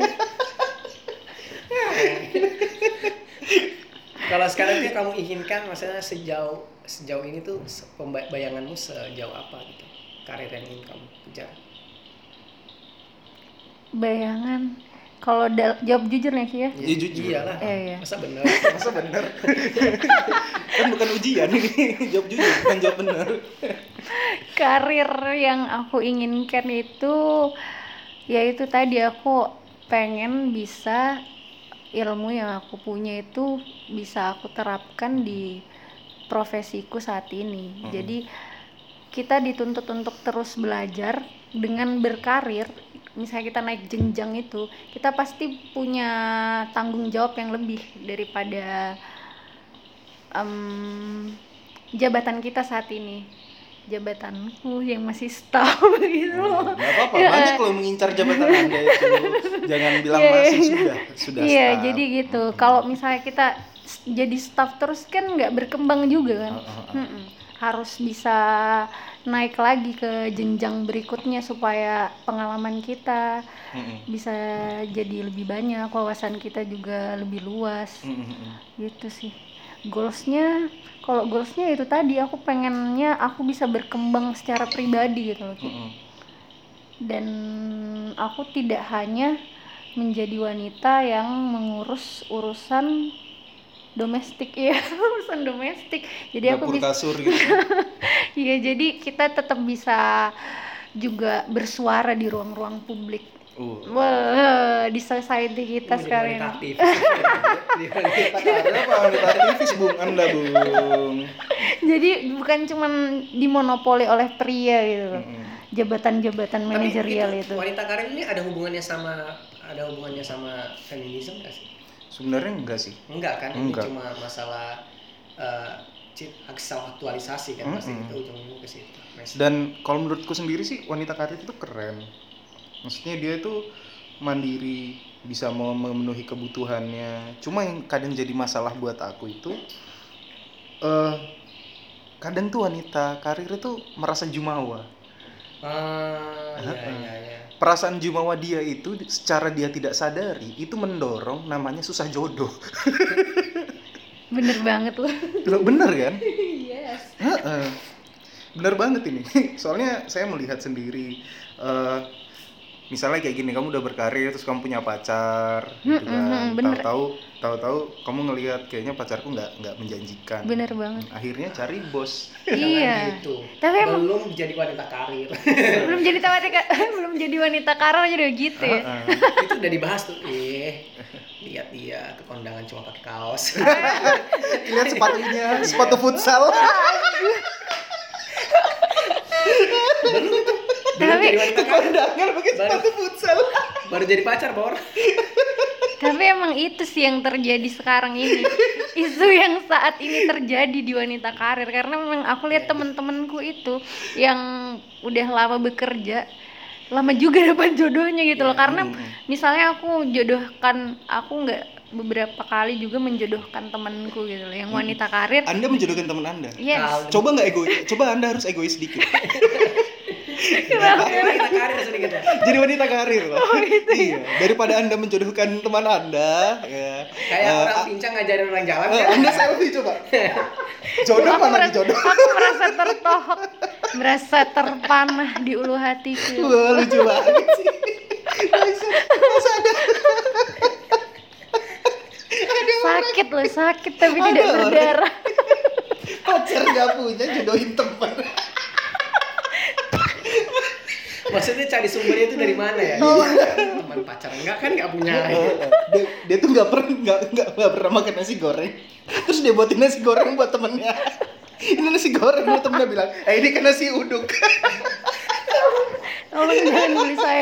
Kalau sekarang tuh kamu inginkan, maksudnya sejauh sejauh ini tuh se- pemba- bayanganmu sejauh apa gitu karir yang ingin kamu kejar? Bayangan kalau dal- jawab jujur nih Ki ya. Iya, jujur. Iyalah. Iya, iya. Masa bener? Masa bener? Kan bukan ujian ini, jawab jujur, bukan jawab bener. Karir yang aku inginkan itu yaitu tadi, aku pengen bisa ilmu yang aku punya itu bisa aku terapkan di profesiku saat ini. Hmm. Jadi kita dituntut untuk terus belajar. Dengan berkarir, misalnya kita naik jenjang itu, kita pasti punya tanggung jawab yang lebih daripada em, jabatan kita saat ini, jabatanku yang masih staff gitu loh. Nggak apa-apa, banyak loh mengincar jabatan Anda itu. Jangan bilang Iya. masih sudah, sudah Iya, staff. jadi gitu. Kalau misalnya kita s- jadi staff terus kan nggak berkembang juga kan. Oh, oh, oh. Mm-mm. Harus bisa naik lagi ke jenjang berikutnya supaya pengalaman kita Mm-mm. bisa jadi lebih banyak, wawasan kita juga lebih luas. Mm-mm. Gitu sih. Goalsnya, kalau goalsnya itu tadi aku pengennya aku bisa berkembang secara pribadi gitu loh. Ki. Mm-mm. Dan aku tidak hanya menjadi wanita yang mengurus urusan domestik ya urusan domestik jadi aku Dapur bisa kasur gitu. ya jadi kita tetap bisa juga bersuara di ruang-ruang publik. Uh. Wah, di society kita Menjadi sekarang wanita ini. aktif. Jadi wanita Kenapa wanita aktivis Bung Anda, Bung? Jadi bukan cuman dimonopoli oleh pria gitu loh. Mm-mm. Jabatan-jabatan Tapi manajerial itu, itu. wanita karir ini ada hubungannya sama ada hubungannya sama feminisme nggak sih? Sebenarnya enggak sih. Enggak kan? Enggak. Ini cuma masalah uh, self aktualisasi kan pasti Mm-mm. itu ujung-ujungnya ke situ. Mas. Dan kalau menurutku sendiri sih wanita karir itu keren. Maksudnya dia itu mandiri, bisa mau memenuhi kebutuhannya. Cuma yang kadang jadi masalah buat aku itu eh kadang tuh wanita karir itu merasa jumawa. Ah, iya Uh-uh. iya iya. Perasaan jumawa dia itu secara dia tidak sadari itu mendorong namanya susah jodoh. Bener banget loh. Loh, bener kan? Yes. Heeh. Bener banget ini. Soalnya saya melihat sendiri eh, misalnya kayak gini, kamu udah berkarir terus kamu punya pacar gitu Mm-mm, kan. bener. Tahu-tahu tahu-tahu kamu ngelihat kayaknya pacarku nggak nggak menjanjikan. Bener banget. Akhirnya cari bos. Iya. Gitu. Tapi emang Belum jadi wanita karir. belum jadi wanita belum jadi wanita karir aja udah gitu ya. Heeh. Itu udah dibahas tuh. Eh, lihat dia ke kondangan cuma pakai kaos. Lihat sepatunya, sepatu futsal. Belum Tapi- jadi wanita karir. Kondangan pakai Baru- sepatu futsal. Baru jadi pacar, Bor. Tapi emang itu sih yang terjadi sekarang ini. Isu yang saat ini terjadi di wanita karir karena memang aku lihat temen-temenku itu yang udah lama bekerja lama juga dapat jodohnya gitu loh. Karena misalnya aku jodohkan, aku nggak beberapa kali juga menjodohkan temanku gitu loh yang wanita karir. Anda menjodohkan teman Anda. Yes. Kal- Coba nggak egois? Coba Anda harus egois sedikit. Jadi wanita karir sedikit ya. Jadi wanita karir loh. Iya. Daripada Anda menjodohkan teman Anda, ya. Kayak eh, orang pincang ngajarin orang jalan eh, kan. Anda selfie coba. Jodoh Aku mana merasa, nih jodoh? aku merasa tertohok, merasa terpanah di ulu hatiku. Wah, lucu banget sih. Masa ada Sakit loh, sakit tapi Ada tidak orang. berdarah. pacar nggak punya jodohin teman. Maksudnya cari sumbernya itu dari mana ya? Teman pacar enggak kan nggak punya. dia, dia tuh nggak pernah nggak nggak nggak pernah makan nasi goreng. Terus dia buatin nasi goreng buat temennya. Ini nasi goreng buat temennya bilang, eh ini kan nasi uduk. Tolong jangan beli saya.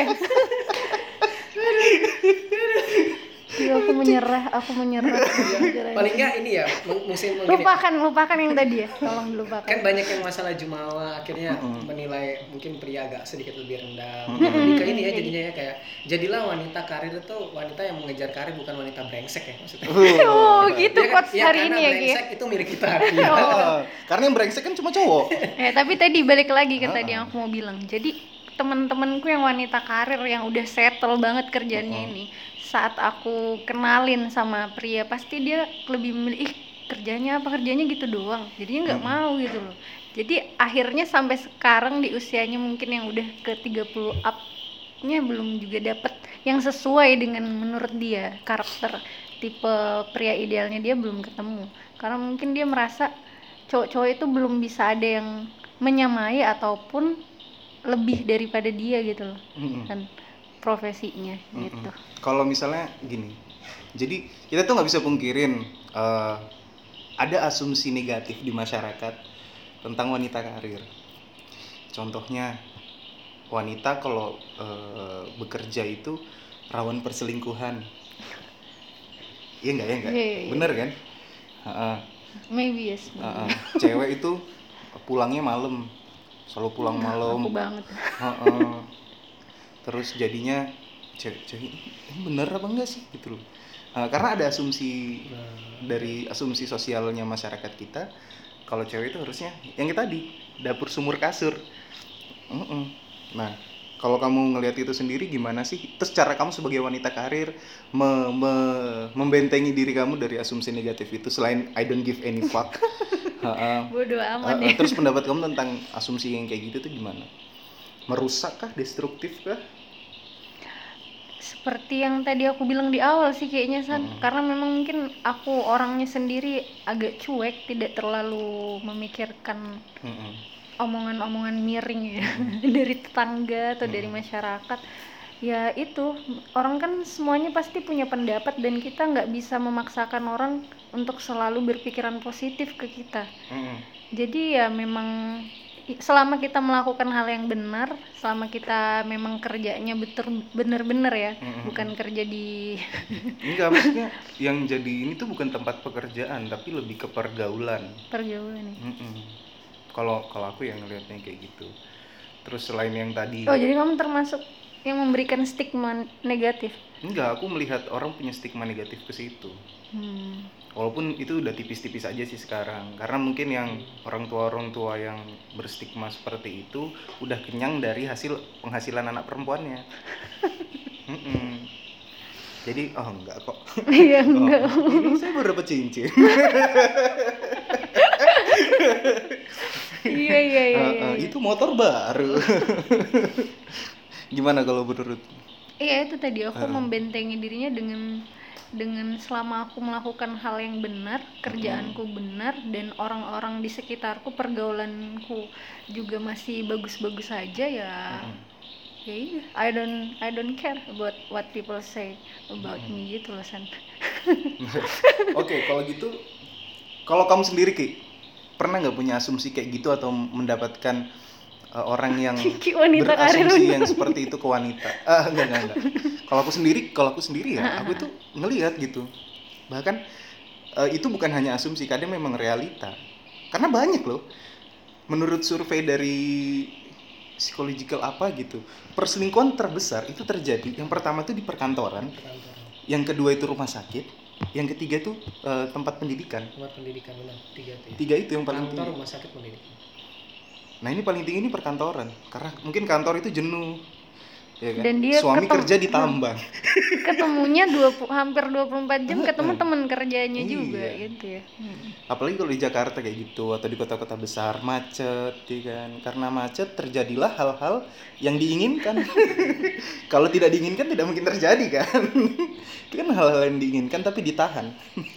Iya, aku menyerah, aku menyerah. Paling nggak ini ya mu- musim mungkin ya. Lupakan, lupakan yang tadi ya. Tolong dilupakan. Kan banyak yang masalah jumawa akhirnya Mm-mm. menilai mungkin pria agak sedikit lebih rendah. Mm-mm. Lebih ke ini ya jadinya ya kayak jadilah wanita karir itu wanita yang mengejar karir bukan wanita brengsek ya maksudnya. Oh, gitu Ya kan? quotes Ya, hari karena ini ya, Ki. brengsek itu milik kita. Iya. Ah, karena yang brengsek kan cuma cowok. Eh, tapi tadi balik lagi ke Ah. tadi yang aku mau bilang. Jadi teman-temanku yang wanita karir yang udah settle banget kerjaannya Mm-mm. ini, saat aku kenalin sama pria pasti dia lebih memilih ih kerjanya apa kerjanya gitu doang. Jadinya nggak Mm-mm. mau gitu loh. Jadi akhirnya sampai sekarang di usianya mungkin yang udah ke tiga puluh up-nya belum juga dapet yang sesuai dengan menurut dia karakter tipe pria idealnya dia belum ketemu. Karena mungkin dia merasa cowok-cowok itu belum bisa ada yang menyamai ataupun lebih daripada dia gitu loh Mm-mm. kan profesinya Mm-mm. gitu. Kalau misalnya gini, jadi kita tuh nggak bisa pungkirin eh, ada asumsi negatif di masyarakat tentang wanita karir. Contohnya wanita kalau eh, bekerja itu rawan perselingkuhan. Iya nggak ya nggak? Iya, iya, iya. Bener kan? Ha-ha, Maybe yes. ha-ha. cewek itu pulangnya malam, selalu pulang Nah, malam. aku banget. Heeh. Terus jadinya cewek cewek ini bener apa enggak sih gitu loh. Uh, karena ada asumsi dari asumsi sosialnya masyarakat kita kalau cewek itu harusnya yang kita tadi dapur sumur kasur. Uh-uh. Nah, kalau kamu ngelihat itu sendiri gimana sih? Terus cara kamu sebagai wanita karir me- me- membentengi diri kamu dari asumsi negatif itu selain I don't give any fuck. Ha-ha. Bodoh amat Uh-uh. ya. Terus pendapat kamu tentang asumsi yang kayak gitu tuh gimana? Merusak kah? Destruktif kah? Seperti yang tadi aku bilang di awal sih kayaknya San, Mm-mm. karena memang mungkin aku orangnya sendiri agak cuek, tidak terlalu memikirkan Mm-mm. omongan-omongan miring ya dari tetangga atau dari masyarakat. Ya itu, orang kan semuanya pasti punya pendapat dan kita nggak bisa memaksakan orang untuk selalu berpikiran positif ke kita. Mm-mm. Jadi ya memang i- selama kita melakukan hal yang benar, selama kita memang kerjanya betul benar-benar ya, Mm-mm. bukan kerja di Enggak, maksudnya yang jadi ini tuh bukan tempat pekerjaan tapi lebih ke pergaulan. pergaulan. Mm-mm. Kalau kalau aku yang ngelihatnya kayak gitu. Terus selain yang tadi, Oh, jadi kamu termasuk yang memberikan stigma negatif. enggak, aku melihat orang punya stigma negatif ke situ. Hmm. Walaupun itu udah tipis-tipis aja sih sekarang. Karena mungkin yang orang tua-orang tua yang berstigma seperti itu udah kenyang dari hasil penghasilan anak perempuannya. Mm-mm. Jadi, oh enggak kok. Iya Oh, enggak. ini saya baru dapat cincin. Iya iya iya. Uh, iya. uh, itu motor baru. Gimana kalau menurut? Iya itu tadi aku Uh. membentengi dirinya dengan dengan selama aku melakukan hal yang benar, kerjaanku benar dan orang-orang di sekitarku, pergaulanku juga masih bagus-bagus saja ya. Mm-mm. Ya iya, I don't I don't care about what people say about me gitu loh San. Oke, kalau gitu, kalau kamu sendiri Ki, pernah nggak punya asumsi kayak gitu atau mendapatkan uh, orang yang Ki wanita karir. berasumsi yang seperti itu ke wanita? Ah, enggak enggak enggak. Kalau aku sendiri, kalau aku sendiri ya, aku itu ngelihat gitu. Bahkan uh, itu bukan hanya asumsi, kadang memang realita. Karena banyak loh. Menurut survei dari psychological apa gitu, perselingkuhan terbesar itu terjadi yang pertama itu di perkantoran, yang kedua itu rumah sakit, yang ketiga itu uh, tempat pendidikan. Tempat pendidikan benar, tiga itu ya. Tiga itu yang paling Kantor, tinggi. rumah sakit, pendidikan. Nah ini paling tinggi ini perkantoran, karena mungkin kantor itu jenuh, ya kan? Dan dia Suami ketem- kerja di tambang. Ketemunya dua pu- hampir dua puluh empat jam ketemu teman kerjanya Iya. juga gitu ya. Hmm. Apalagi kalau di Jakarta kayak gitu atau di kota-kota besar macet, ya kan? Karena macet terjadilah hal-hal yang diinginkan. Kalau tidak diinginkan tidak mungkin terjadi kan? Itu kan hal-hal yang diinginkan tapi ditahan.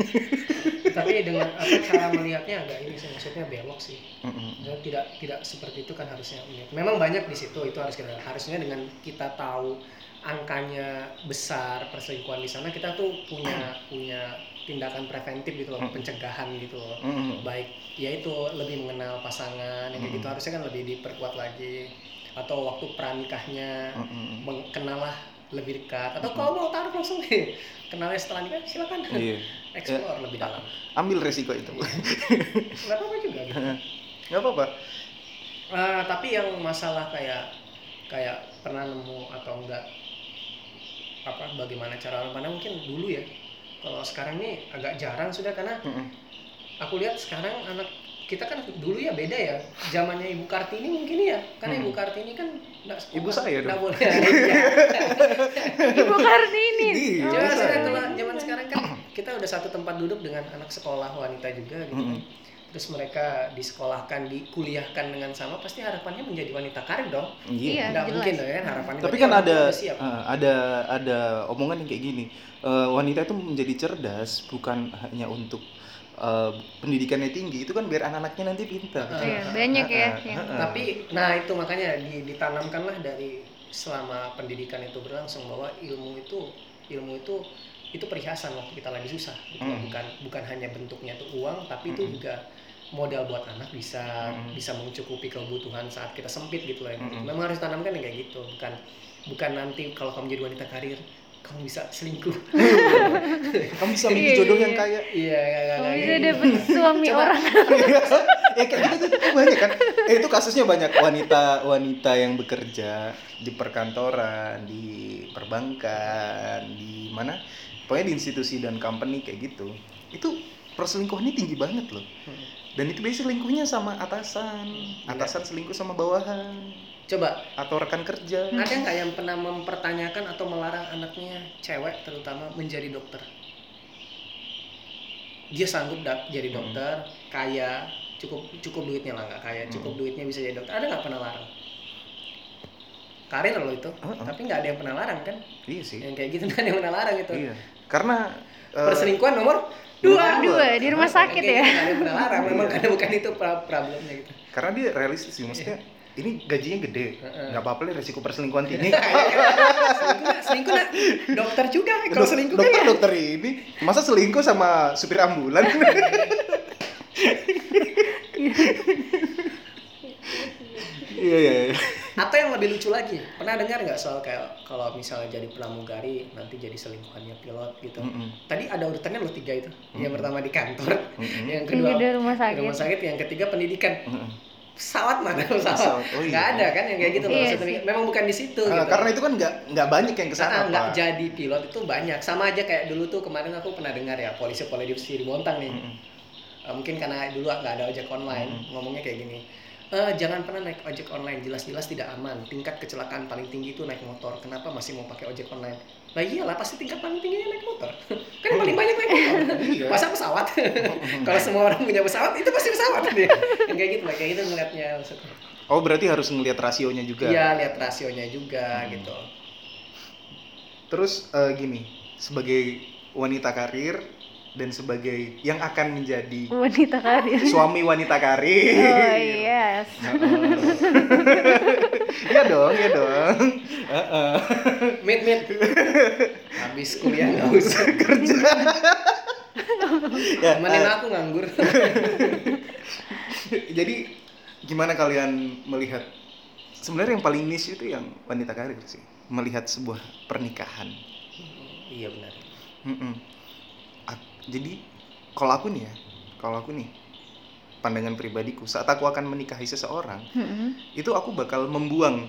Tapi dengan apa cara melihatnya agak ini sih, maksudnya belok sih. Mm-mm. Maksudnya tidak tidak seperti itu kan harusnya. Memang banyak di situ, itu harus kita harusnya dengan kita tahu angkanya besar perselingkuhan di sana, kita tuh punya punya tindakan preventif gitu loh, pencegahan gitu loh. Mm-mm. Baik yaitu lebih mengenal pasangan yang kayak gitu, harusnya kan lebih diperkuat lagi, atau waktu pranikahnya Mm-mm. mengenalah lebih dekat, atau kalau mau taruh langsung nih kenalnya setelah nikah silakan. Iya. Explore lebih dalam. Ambil resiko itu. Nggak apa-apa juga gitu. Nggak apa-apa. Uh, tapi yang masalah kayak kayak pernah nemu atau enggak apa bagaimana cara orang pandang mungkin dulu ya. Kalau sekarang nih agak jarang sudah, karena Mm-mm. aku lihat sekarang anak kita kan dulu ya beda ya. Zamannya Ibu Kartini mungkin ya. Karena Hmm. Ibu Kartini kan enggak sekolah. Ibu saya dong. Nggak boleh. Iya. Ibu Kartini. Iya. Coba Iya. sekarang kalau zaman sekarang kan kita udah satu tempat duduk dengan anak sekolah wanita juga gitu kan. Mm-mm. Terus mereka disekolahkan, dikuliahkan dengan sama, pasti harapannya menjadi wanita karir dong. Iya, Nggak jelas. mungkin dong ya kan harapannya. Tapi Berarti kan orang ada tua udah siap. uh, ada ada omongan yang kayak gini. Uh, wanita itu menjadi cerdas bukan hanya untuk uh, pendidikannya tinggi, itu kan biar anak-anaknya nanti pintar. Iya, banyak ya Uh, uh, yang uh, uh. Tapi nah itu makanya di- ditanamkanlah dari selama pendidikan itu berlangsung bahwa ilmu itu ilmu itu itu perhiasan waktu kita lagi susah gitu. Mm. bukan bukan hanya bentuknya tuh uang, tapi itu Mm. juga modal buat anak, bisa Mm. bisa mencukupi kebutuhan saat kita sempit gitu lah. Mm. Memang harus tanamkan yang kayak gitu, bukan bukan nanti kalau kamu jadi wanita karir kamu bisa selingkuh. Kamu bisa milih jodoh yang kaya. Iya, enggak Kamu enggak. bisa dapet suami orang. Ya kayak gitu tuh banyak kan. Eh itu kasusnya banyak wanita-wanita yang bekerja di perkantoran, di perbankan, di mana? Pokoknya di institusi dan company kayak gitu. Itu perselingkuhannya tinggi banget loh. Dan itu biasanya selingkuhnya sama atasan, atasan selingkuh sama bawahan. Coba, atau rekan kerja. ada nggak yang pernah mempertanyakan atau melarang anaknya cewek terutama menjadi dokter? Dia sanggup da- jadi dokter, hmm. kaya, cukup cukup duitnya lah, nggak kaya, cukup hmm. duitnya bisa jadi dokter. Ada nggak pernah larang? Karir loh itu, uh-uh. tapi nggak ada yang pernah larang kan? Iya sih. Yang kayak gitu nggak ada yang pernah larang itu. Iya. Karena uh, perselingkuhan nomor dua, dua di rumah sakit ya. Nggak ada yang pernah larang, memang karena bukan itu problemnya gitu. Karena dia realistis sih, maksudnya. Ini gajinya gede, nggak uh-uh. apa-apa lah resiko perselingkuhan tinggi. selingkuh, selingkuh nah, dokter juga kalau selingkuh dokter, kan ya. Dokter ini masa selingkuh sama supir ambulan? Iya iya. Atau yang lebih lucu lagi, pernah dengar nggak soal kayak kalau misalnya jadi pramugari nanti jadi selingkuhannya pilot gitu? Mm-hmm. Tadi ada urutannya loh tiga itu. Mm-hmm. Yang pertama di kantor, mm-hmm. yang kedua, yang kedua rumah sakit. rumah sakit, yang ketiga pendidikan. Mm-hmm. Pesawat mana pesawat? Oh, iya. Nggak ada kan yang kayak gitu loh. Iya maksudnya. Memang bukan di situ. Uh, gitu. Karena itu kan nggak nggak banyak yang kesana. Nah, nggak jadi pilot itu banyak. Sama aja kayak dulu tuh kemarin aku pernah dengar ya polisi-polisi di Bontang nih. Mm-hmm. Uh, mungkin karena dulu nggak ada ojek online, mm-hmm. ngomongnya kayak gini. Uh, jangan pernah naik ojek online, jelas-jelas tidak aman. Tingkat kecelakaan paling tinggi itu naik motor. Kenapa masih mau pakai ojek online? Nah iyalah pasti tingkat paling tingginya naik motor. Kan yang paling banyak naik motor. Masa pesawat? Kalau semua orang punya pesawat, itu pasti pesawat dia. Yang kayak gitu, kayak gitu ngeliatnya maksudnya. Oh berarti harus ngelihat rasionya juga. Iya, lihat rasionya juga hmm. gitu. Terus uh, gini, sebagai wanita karir dan sebagai yang akan menjadi wanita karir, suami wanita karir. Oh yes. Iya dong, iya dong. Uh-uh. Mit mit. Habis kuliah nggak usah kerja. Ya, temenin uh, aku nganggur. Jadi gimana kalian melihat? Sebenarnya yang paling niche itu yang wanita karir sih, melihat sebuah pernikahan. Iya benar. Mm-mm. Jadi kalau aku nih ya, kalau aku nih pandangan pribadiku saat aku akan menikahi seseorang, mm-hmm. itu aku bakal membuang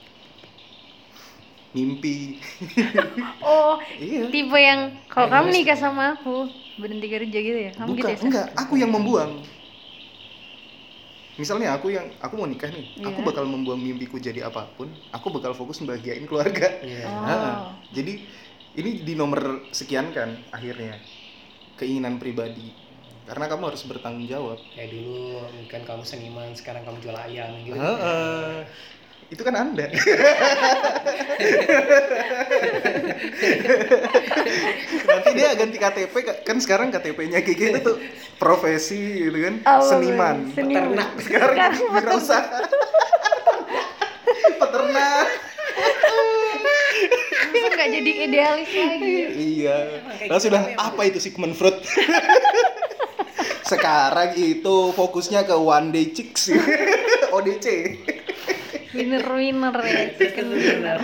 mimpi. Oh, iya. Tipe yang kalau kamu nikah sama aku berhenti kerja gitu ya? Kamu Bukan, gitu ya? Enggak, aku yang membuang. Misalnya aku yang aku mau nikah nih, yeah. aku bakal membuang mimpiku jadi apapun, aku bakal fokus membahagiain keluarga. Yeah. Oh. Nah, jadi ini di nomor sekian kan akhirnya. Keinginan pribadi, karena kamu harus bertanggung jawab. Kayak dulu kan kamu seniman, sekarang kamu jual ayam gitu. Uh, uh, itu kan Anda. Nanti dia ganti K T P kan, sekarang K T P-nya kayak gitu tuh profesi gitu kan, oh, seniman, seniman, peternak. Sekarang wirausaha. Peternak. Langsung nggak jadi idealis lagi. Iya. Lalu sudah apa itu Sigmund Freud? Sekarang itu fokusnya ke one day chicks. O D C. Winner winner ya, chicken winner.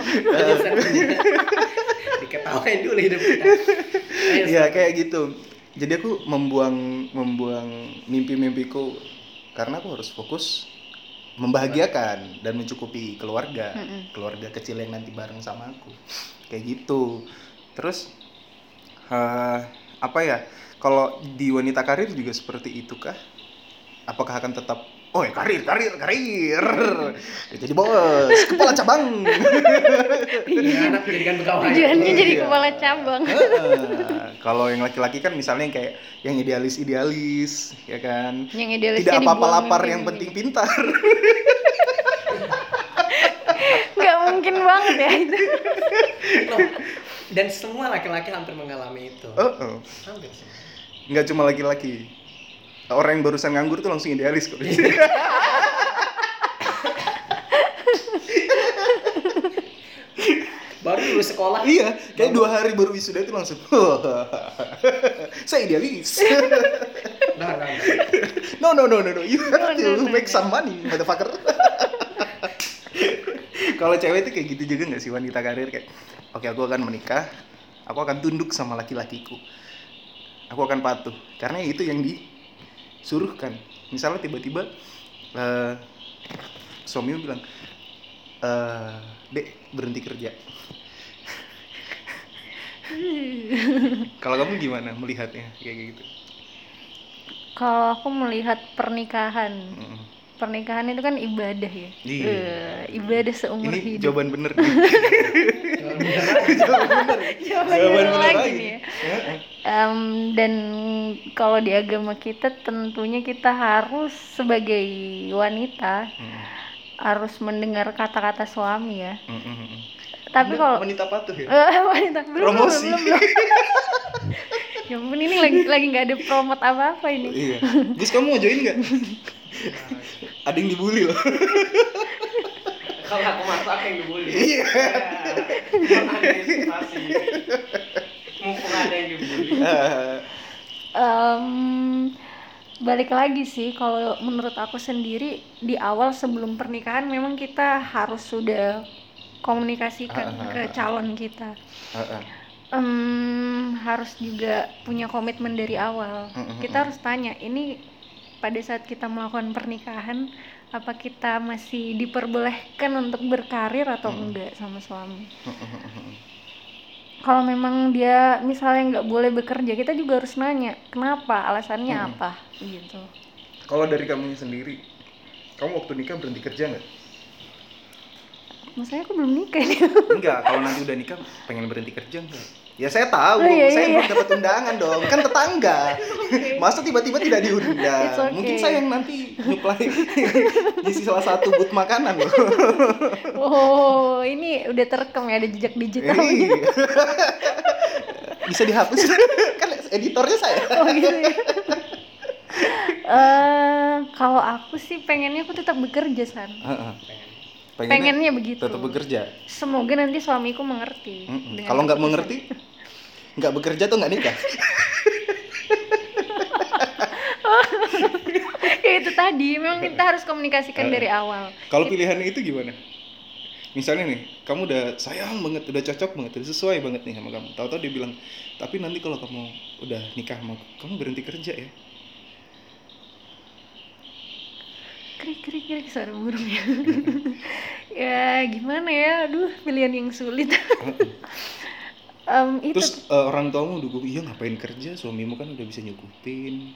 Diketawain dulu hidup kita. Iya kayak gitu. Jadi aku membuang membuang mimpi-mimpiku karena aku harus fokus membahagiakan dan mencukupi keluarga, mm-mm. keluarga kecil yang nanti bareng sama aku, kayak gitu. Terus uh, apa ya? Kalau di wanita karir juga seperti itu kah? Apakah akan tetap, oh ya karir, karir, karir, ya, jadi bos, kepala cabang. Iya, anak jadikan pegawai. Tujuannya jadi kepala cabang. Uh, kalau yang laki-laki kan misalnya yang kayak yang idealis-idealis, ya kan? Yang idealis tidak apa-apa lapar, yang penting pintar. Nggak mungkin banget ya itu. Loh, dan semua laki-laki hampir mengalami itu. Uh-uh. Hampir semua. Nggak cuma laki-laki. Orang yang barusan nganggur tuh langsung idealis kok. Baru lulus sekolah. Iya, kayak dua hari baru wisuda itu langsung. Saya idealis. No, no, no, no, no. You have to no, no, make no, some money, motherfucker. Kalau cewek itu kayak gitu juga nggak sih wanita karir kayak, oke okay, aku akan menikah, Aku akan tunduk sama laki-lakiku. Aku akan patuh karena itu yang disuruhkan. Misalnya tiba-tiba uh, suamimu bilang, uh, "Dek, berhenti kerja." Kalau kamu gimana melihatnya kayak gitu? Kalau aku melihat pernikahan, Mm. pernikahan itu kan ibadah ya. Iya. Uh, ibadah seumur Ini hidup. jawaban bener nih. Jawaban bener lagi. Jawaban bener. Jawaban Jawaban bener bener lagi lagi. nih ya. Ya. Um, dan kalau di agama kita tentunya kita harus sebagai wanita Mm. harus mendengar kata-kata suami ya. Mm, mm, mm. Tapi Anda kalau wanita patuh ya. Eh, wanita belum Promosi. belum belum. Ya ampun, ini lagi lagi nggak ada promote apa-apa ini. Iya. Gus, kamu mau join nggak? Ada yang dibully loh. Kalau aku masak yang dibully. Iya. Antisipasi. Mumpung ada yang dibully. Em, balik lagi sih, kalau menurut aku sendiri di awal sebelum pernikahan memang kita harus sudah komunikasikan Ah, ah, ke ah. calon kita. Heeh. Em, harus juga punya komitmen dari awal. Mm, mm, Kita mm. harus tanya, ini pada saat kita melakukan pernikahan, apa kita masih diperbolehkan untuk berkarir atau Mm. enggak sama suami. Kalau memang dia misalnya nggak boleh bekerja, kita juga harus nanya kenapa, alasannya Mm. apa gitu. Kalau dari kamu sendiri, kamu waktu nikah berhenti kerja nggak? Maksudnya aku belum nikah nih. Enggak, kalau nanti udah nikah pengen berhenti kerja enggak? Ya saya tahu, Oh, iya, saya iya, belum dapat undangan dong, kan tetangga. Okay. Masa tiba-tiba tidak diundang? It's okay. Mungkin saya yang nanti nyuplai ngisi salah satu booth makanan loh. Oh, ini udah terekam ya, ada jejak digitalnya. Iya. Bisa dihapus kan editornya saya. Oh gitu ya. Eh, kalau aku sih pengennya aku tetap bekerja, San. Heeh. Pengennya begitu. Tetap bekerja. Semoga nanti suamiku mengerti. Mm-mm. dengan Kalau nggak keputusan. mengerti, nggak bekerja tuh nggak nikah. Ya itu tadi, memang kita harus komunikasikan dari awal. Kalau pilihannya itu gimana? Misalnya nih, kamu udah sayang banget, udah cocok banget, udah sesuai banget nih sama kamu. Tahu-tahu dia bilang, tapi nanti kalau kamu udah nikah sama aku, kamu berhenti kerja ya. Krik krik krik suara burungnya. Ya gimana ya, aduh pilihan yang sulit. um, itu Terus uh, orang tuamu dukung, iya ngapain kerja, suamimu kan udah bisa nyukupin.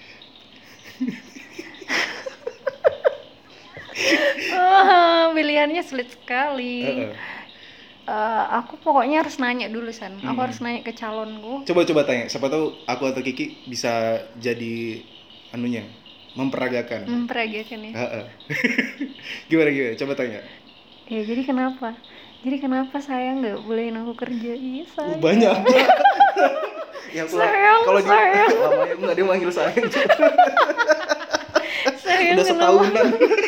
oh, pilihannya sulit sekali. Uh-uh. Uh, aku pokoknya harus nanya dulu, San. Aku Hmm. harus nanya ke calonku. Coba-coba tanya, siapa tahu aku atau Kiki bisa jadi anunya, memperagakan. Memperagakan ya. Uh-uh. Gimana gimana? Coba tanya. Ya jadi kenapa? Jadi kenapa saya nggak bolehin aku kerja? Iya Uh, saya. banyak. Ya aku Sayang, kalau di sayang. lamanya enggak dia manggil sayang. Sayang, Udah kenapa? setahunan.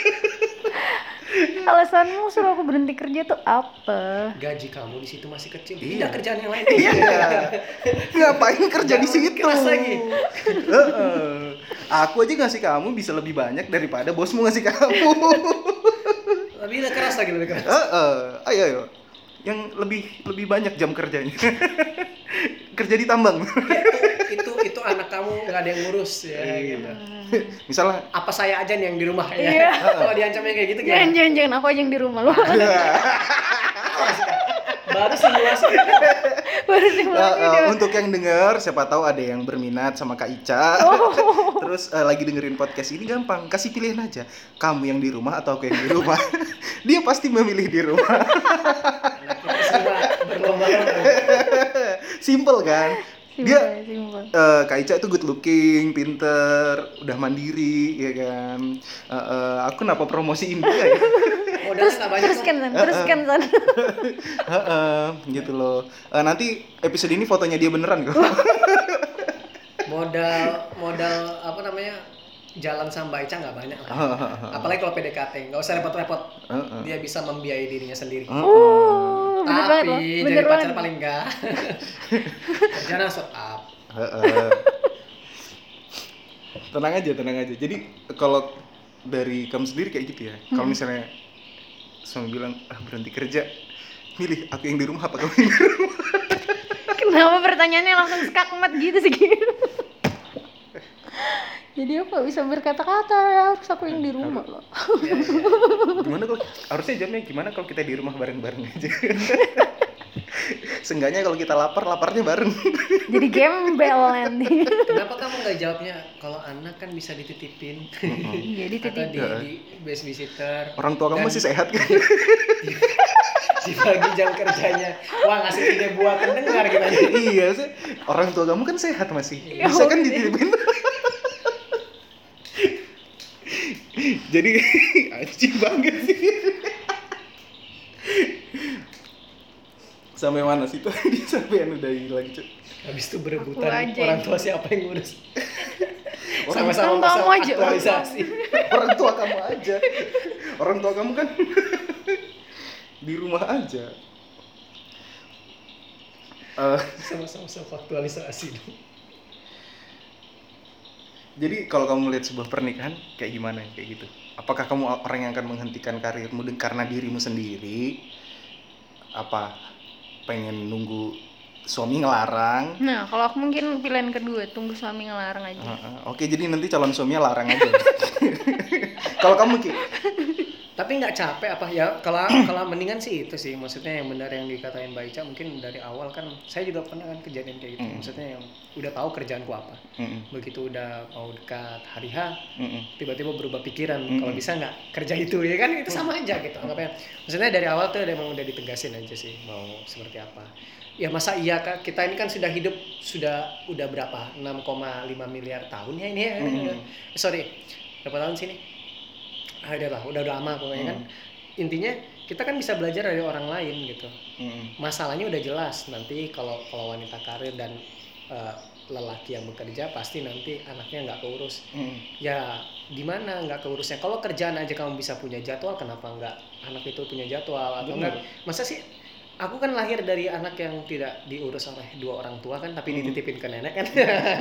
Alasanmu suruh aku berhenti kerja tuh apa? Gaji kamu di situ masih kecil. Iya. Pindah kerjaan yang lain. Iya. Ngapain kerja di situ? Keras lagi. Heeh. Aku aja ngasih kamu bisa lebih banyak daripada bosmu ngasih kamu. Lebih keras lagi, lebih keras. Heeh. Ayo ayo. Yang lebih lebih banyak jam kerjanya. Kerja di tambang. itu, itu itu anak kamu nggak ada yang ngurus ya gitu. Misalnya Apa saya aja nih yang di rumah ya? Iya. Kalau diancamnya kayak gitu Jangan gimana? jangan jangan aku aja yang di rumah lo. Baru simulasi. Baru simulasi Uh, uh, dia. untuk yang dengar, siapa tahu ada yang berminat sama Kak Ica. Oh. Terus uh, lagi dengerin podcast ini gampang, kasih pilihan aja. Kamu yang di rumah atau aku yang di rumah. Dia pasti memilih di rumah. Anak kita semua berlomba-lomba. Simple kan? Simpel, Dia simpel. uh, Kak Ica itu good looking, pinter, udah mandiri, ya kan. Uh, uh, aku kenapa promosiin dia ya? Modalnya nggak banyak. Teruskan, kok. San. Teruskan, San. Heeh, gitu loh. Uh, nanti episode ini fotonya dia beneran kok. Modal modal apa namanya? Jalan sama Mbak Ica nggak banyak. Apalagi kalau P D K T, nggak usah repot-repot. Heeh. Dia bisa membiayai dirinya sendiri. Oh, bener banget loh. Tapi Bener jadi pacar banget. paling enggak. Kerjaan shut up. Heeh. Tenang aja, tenang aja. Jadi kalau dari kamu sendiri kayak gitu ya. Kalau misalnya suami bilang ah berhenti kerja, milih aku yang di rumah apa kamu yang di rumah? Kenapa pertanyaannya langsung skakmat gitu sih? Jadi aku gak bisa berkata-kata ya, harus aku yang di rumah loh. Ya, ya. Gimana kalau harusnya jawabnya gimana kalau kita di rumah bareng-bareng aja. Seenggaknya kalau kita lapar, laparnya bareng. Jadi gembel nanti. Kenapa kamu nggak jawabnya kalau anak kan bisa dititipin? Iya, Atau dititipin. di, di babysitter. Orang tua kamu Dan masih sehat kan? dibagi jam kerjanya. Wah, ngasih ide buat pendengar kita. Iya sih. Orang tua kamu kan sehat masih. Ya, Bisa kan oke. dititipin. Jadi anjing banget sih. Sampai mana sih tuh? Dia sampai udah lagi, Cuk. Habis itu Aku berebutan aja orang yang- tua siapa yang ngurus. Orang- Sama-sama Orang masalah kamu aja, orang aktualisasi. Orang tua kamu aja. Orang tua kamu kan di rumah aja. Eh, Sama-sama aktualisasi. jadi kalau kamu lihat sebuah pernikahan kayak gimana kayak gitu? Apakah kamu orang yang akan menghentikan karirmu den- karena dirimu sendiri? Apa pengen nunggu suami ngelarang? Nah, kalau aku mungkin pilihan kedua, tunggu suami ngelarang aja. Heeh. Oke, jadi nanti calon suaminya larang aja. Kalau kamu Ki? Tapi nggak capek apa ya? Kalau kalau mendingan sih itu sih, maksudnya yang benar yang dikatain Mbak Ica, mungkin dari awal kan saya juga pernah kan kejadian kayak gitu. Mm. Maksudnya yang udah tahu kerjaanku apa. Mm-mm. Begitu udah mau dekat hari H, Mm-mm. tiba-tiba berubah pikiran Mm-mm. kalau bisa nggak kerja itu ya kan, itu sama aja gitu anggapnya. Maksudnya dari awal tuh emang udah ditegasin aja sih mau seperti apa. Ya masa iya Kak, kita ini kan sudah hidup sudah udah berapa? enam koma lima miliar tahun ya ini ya. Mm-mm. Eh, sorry, berapa tahun sini? Ah, udah lah, udah udah lama pokoknya kan. Intinya kita kan bisa belajar dari orang lain gitu. Mm-mm. Masalahnya udah jelas, nanti kalau kalau wanita karir dan eh, lelaki yang bekerja pasti nanti anaknya nggak keurus. Mm-mm. Ya gimana nggak keurusnya? Kalau kerjaan aja kamu bisa punya jadwal, kenapa nggak anak itu punya jadwal atau Bener. enggak? Masa sih? Aku kan lahir dari anak yang tidak diurus oleh dua orang tua kan, tapi Hmm. dititipin ke nenek kan.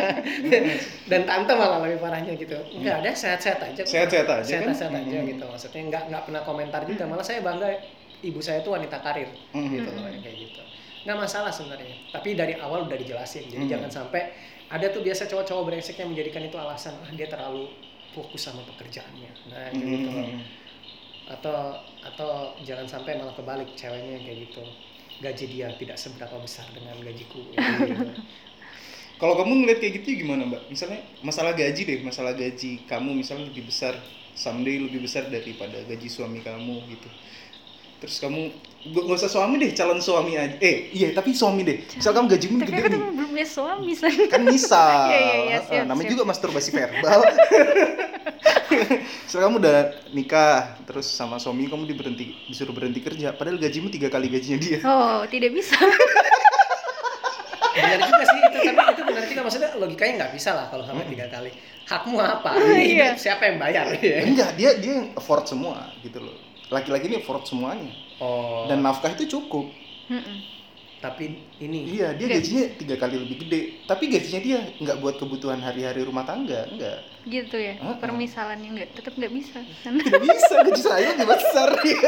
Dan tante malah lebih parahnya gitu. Nggak ada, sehat-sehat aja. kok. Sehat-sehat aja kan? Sehat-sehat aja Hmm. gitu. Maksudnya nggak nggak pernah komentar juga. Malah saya bangga ibu saya tuh wanita karir Hmm. gitu loh kayak gitu. Nggak masalah sebenarnya. Tapi dari awal udah dijelasin. Jadi Hmm. jangan sampai ada tuh biasa cowok-cowok brengsek yang menjadikan itu alasan, ah, dia terlalu fokus sama pekerjaannya. Nah, kayak gitu loh. Mm-mm. atau atau jangan sampai malah kebalik ceweknya yang kayak gitu, gaji dia tidak seberapa besar dengan gajiku gitu. Kalau kamu ngeliat kayak gitu gimana Mbak? Misalnya masalah gaji deh, masalah gaji kamu misalnya lebih besar, someday lebih besar daripada gaji suami kamu gitu. Terus kamu gak, gak usah suami deh, calon suami aja. Eh iya tapi suami deh. Misal kamu gajimu Tapi gede aku nih. tuh belum punya suami, San. Kan misal. Iya, iya, iya, Heeh, siap, namanya siap. juga masturbasi verbal. Misal kamu udah nikah, terus sama suami kamu diberhenti, disuruh berhenti kerja, padahal gajimu tiga kali gajinya dia. Oh, tidak bisa. Benar juga sih itu, tapi itu benar juga, maksudnya logikanya nggak bisa lah kalau sampai tiga kali. Hakmu apa? Ini Iya. siapa yang bayar? Enggak, dia dia yang afford semua gitu loh. Laki-laki ini afford semuanya. Oh. Dan nafkah itu cukup. Mm-mm. Tapi ini Iya, dia Nggak gajinya tiga kali lebih gede. Tapi gajinya dia nggak buat kebutuhan hari-hari rumah tangga, enggak. Gitu ya. Heeh. Permisalannya enggak, tetap nggak bisa. San. Tidak bisa, gaji saya lebih besar.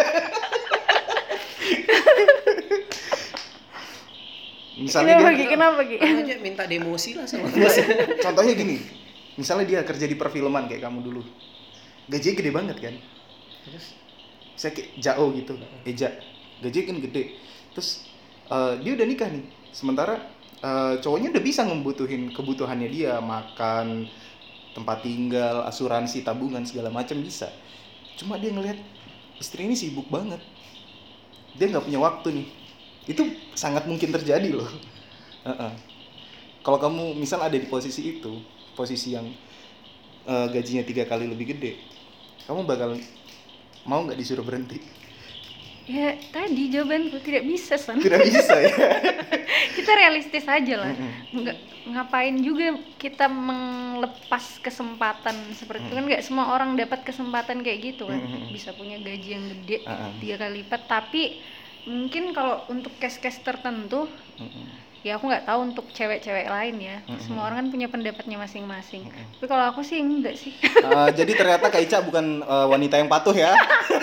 Misalnya Kenapa, dia, Gi? Kenapa, Gi? Kamu aja minta demosi lah sama bos. contohnya gini, misalnya dia kerja di perfilman kayak kamu dulu, gajinya gede banget kan? Terus Saya kayak jauh gitu, Eja, gajinya kan gede. Terus eh, dia udah nikah nih, sementara eh, cowoknya udah bisa ngebutuhin kebutuhannya dia, makan, tempat tinggal, asuransi, tabungan segala macam bisa. Cuma dia ngelihat istri ini sibuk banget, dia nggak punya waktu nih. Itu sangat mungkin terjadi loh. Heeh. Kalau kamu misal ada di posisi itu, posisi yang eh, gajinya tiga kali lebih gede, kamu bakal mau nggak disuruh berhenti? Ya, tadi jawabanku tidak bisa, San. Tidak bisa ya. Kita realistis aja lah. Mm-mm. Nggak, ngapain juga kita melepas kesempatan seperti itu kan, nggak semua orang dapat kesempatan kayak gitu kan. Mm-mm. Bisa punya gaji yang gede Uh-uh. tiga kali lipat, tapi mungkin kalau untuk case-case tertentu Mm-mm. ya aku nggak tahu untuk cewek-cewek lain ya. Mm-mm. Semua orang kan punya pendapatnya masing-masing. Tapi kalau aku sih enggak sih. Uh, jadi ternyata Kak Ica bukan uh, wanita yang patuh ya.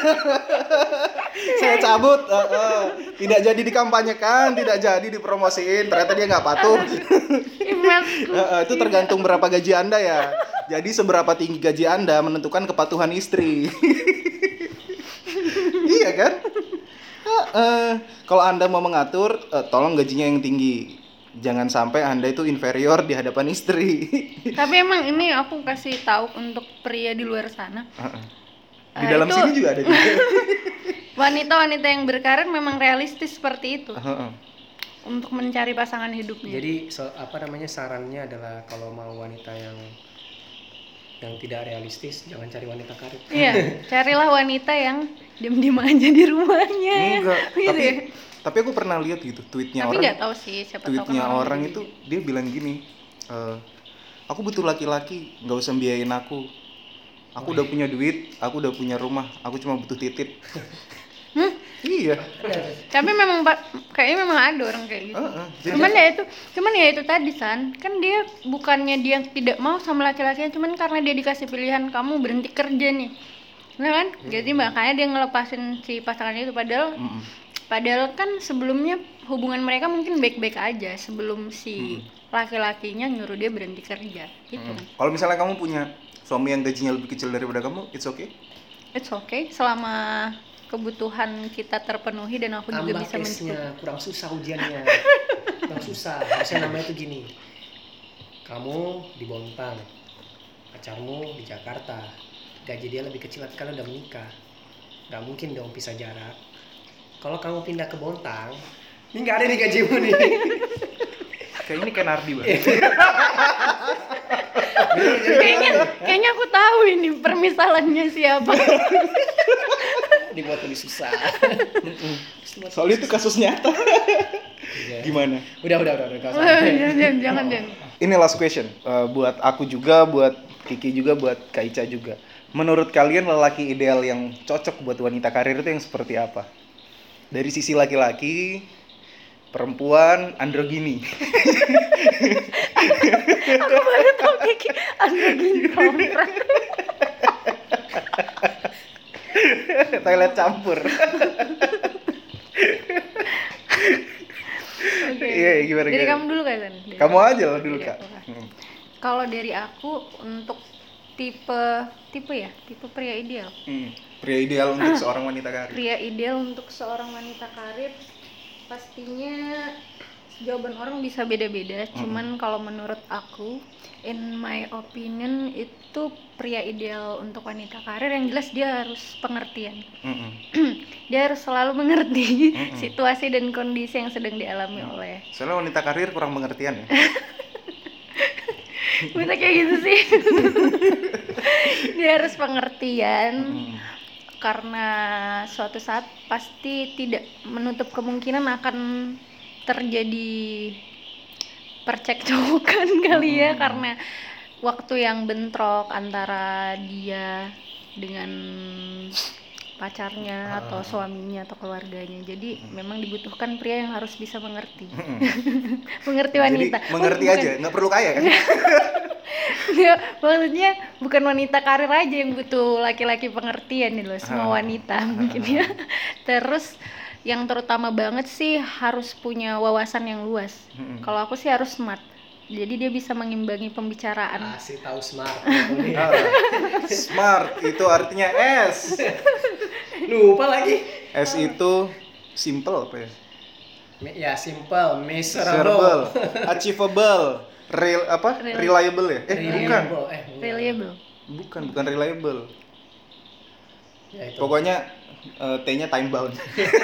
Saya cabut, uh, uh, tidak jadi dikampanyekan, tidak jadi dipromosiin. Ternyata dia nggak patuh. Image-ku. uh, uh, itu tergantung berapa gaji Anda ya. Jadi seberapa tinggi gaji Anda menentukan kepatuhan istri. Iya kan? Uh, uh, kalau Anda mau mengatur, uh, tolong gajinya yang tinggi. Jangan sampai Anda itu inferior di hadapan istri. Tapi emang ini aku kasih tahu untuk pria di luar sana. Uh-uh. Di Uh, dalam itu- sini juga ada juga. Wanita-wanita yang berkarir memang realistis seperti itu Uh-uh. untuk mencari pasangan hidupnya. Jadi so, apa namanya sarannya adalah kalau mau wanita yang yang tidak realistis, jangan cari wanita karir. Iya, carilah wanita yang diem-diem aja di rumahnya. Enggak, Gitu tapi ya. tapi aku pernah lihat gitu tweetnya Tapi orang. nggak tahu sih, siapa tahu kan Tweetnya orang beda-beda. itu dia bilang gini, e, aku butuh laki-laki, nggak usah biayain aku. Aku udah punya duit, aku udah punya rumah, aku cuma butuh titit. Hmm? Iya. Tapi memang Pak, kayaknya memang ada orang kayak gitu. Uh-uh. Jadi- Cuman ya itu, cuman ya itu tadi San, kan dia bukannya dia tidak mau sama laki-lakinya, cuman karena dia dikasih pilihan kamu berhenti kerja nih, nah kan? Jadi makanya dia ngelepasin si pasangannya itu padahal, Mm-mm. padahal kan sebelumnya hubungan mereka mungkin baik-baik aja sebelum si laki-lakinya nyuruh dia berhenti kerja, gitu. Mm. Kalau misalnya kamu punya suami yang gajinya lebih kecil daripada kamu, it's okay. It's okay selama kebutuhan kita terpenuhi dan aku juga Tambah bisa mencukupi. case-nya kurang susah ujiannya. Kurang susah. Harusnya namanya itu gini. Kamu di Bontang, pacarmu di Jakarta. Gaji dia lebih kecil tapi kalian udah menikah. Gak mungkin dong pisah jarak. Kalau kamu pindah ke Bontang, ini nggak ada nih gajimu nih. Kayak ini kayak Nardi banget. kayaknya kayaknya aku tahu ini permisalannya siapa. Dibuat lebih susah. Soalnya itu kasus nyata. Gimana? Udah, udah, udah, udah. nggak usah. jangan jangan jangan jangan. Ini last question, uh, buat aku juga, buat Kiki juga, buat Kak Ica juga. Menurut kalian lelaki ideal yang cocok buat wanita karir itu yang seperti apa? Dari sisi laki-laki, perempuan, androgini. Aku baru tahu Kiki androgini kontrak. Toilet campur. Oke. Iya, gimana, Dari gimana? kamu dulu kan? Dari Kamu aja lah dulu, Dari Kak. aku, Kak. Hmm. Kalau dari aku untuk tipe tipe ya, tipe pria ideal. Hmm. Pria ideal untuk seorang wanita karir. Pria ideal untuk seorang wanita karir pastinya jawaban orang bisa beda-beda. Cuman kalau menurut aku, in my opinion itu pria ideal untuk wanita karir yang jelas dia harus pengertian. Mm-mm. Dia harus selalu mengerti Mm-mm. situasi dan kondisi yang sedang dialami oleh. Soalnya wanita karir kurang pengertian ya. Masa kayak gitu sih. Dia harus pengertian. Mm. Karena suatu saat pasti tidak menutup kemungkinan akan terjadi percekcokan kali ya, karena waktu yang bentrok antara dia dengan pacarnya atau suaminya atau keluarganya. Jadi memang dibutuhkan pria yang harus bisa mengerti. Mengerti wanita. Jadi mengerti Oh, bukan. aja, nggak perlu kaya kan? Ya, maksudnya bukan wanita karir aja yang butuh laki-laki pengertian nih loh, semua wanita mungkin ya. Terus yang terutama banget sih harus punya wawasan yang luas. Kalau aku sih harus smart. Jadi dia bisa mengimbangi pembicaraan. Kasih tahu smart. Ah, smart itu artinya S. Lupa lagi. S itu simple apa ya? Me- Ya simple, Serable, miserable. achievable, real apa? Real- Reliable ya? Eh bukan, Reliable. Eh, enggak. Reliable. bukan, bukan reliable. Ya, itu. Pokoknya eh, T-nya time bound.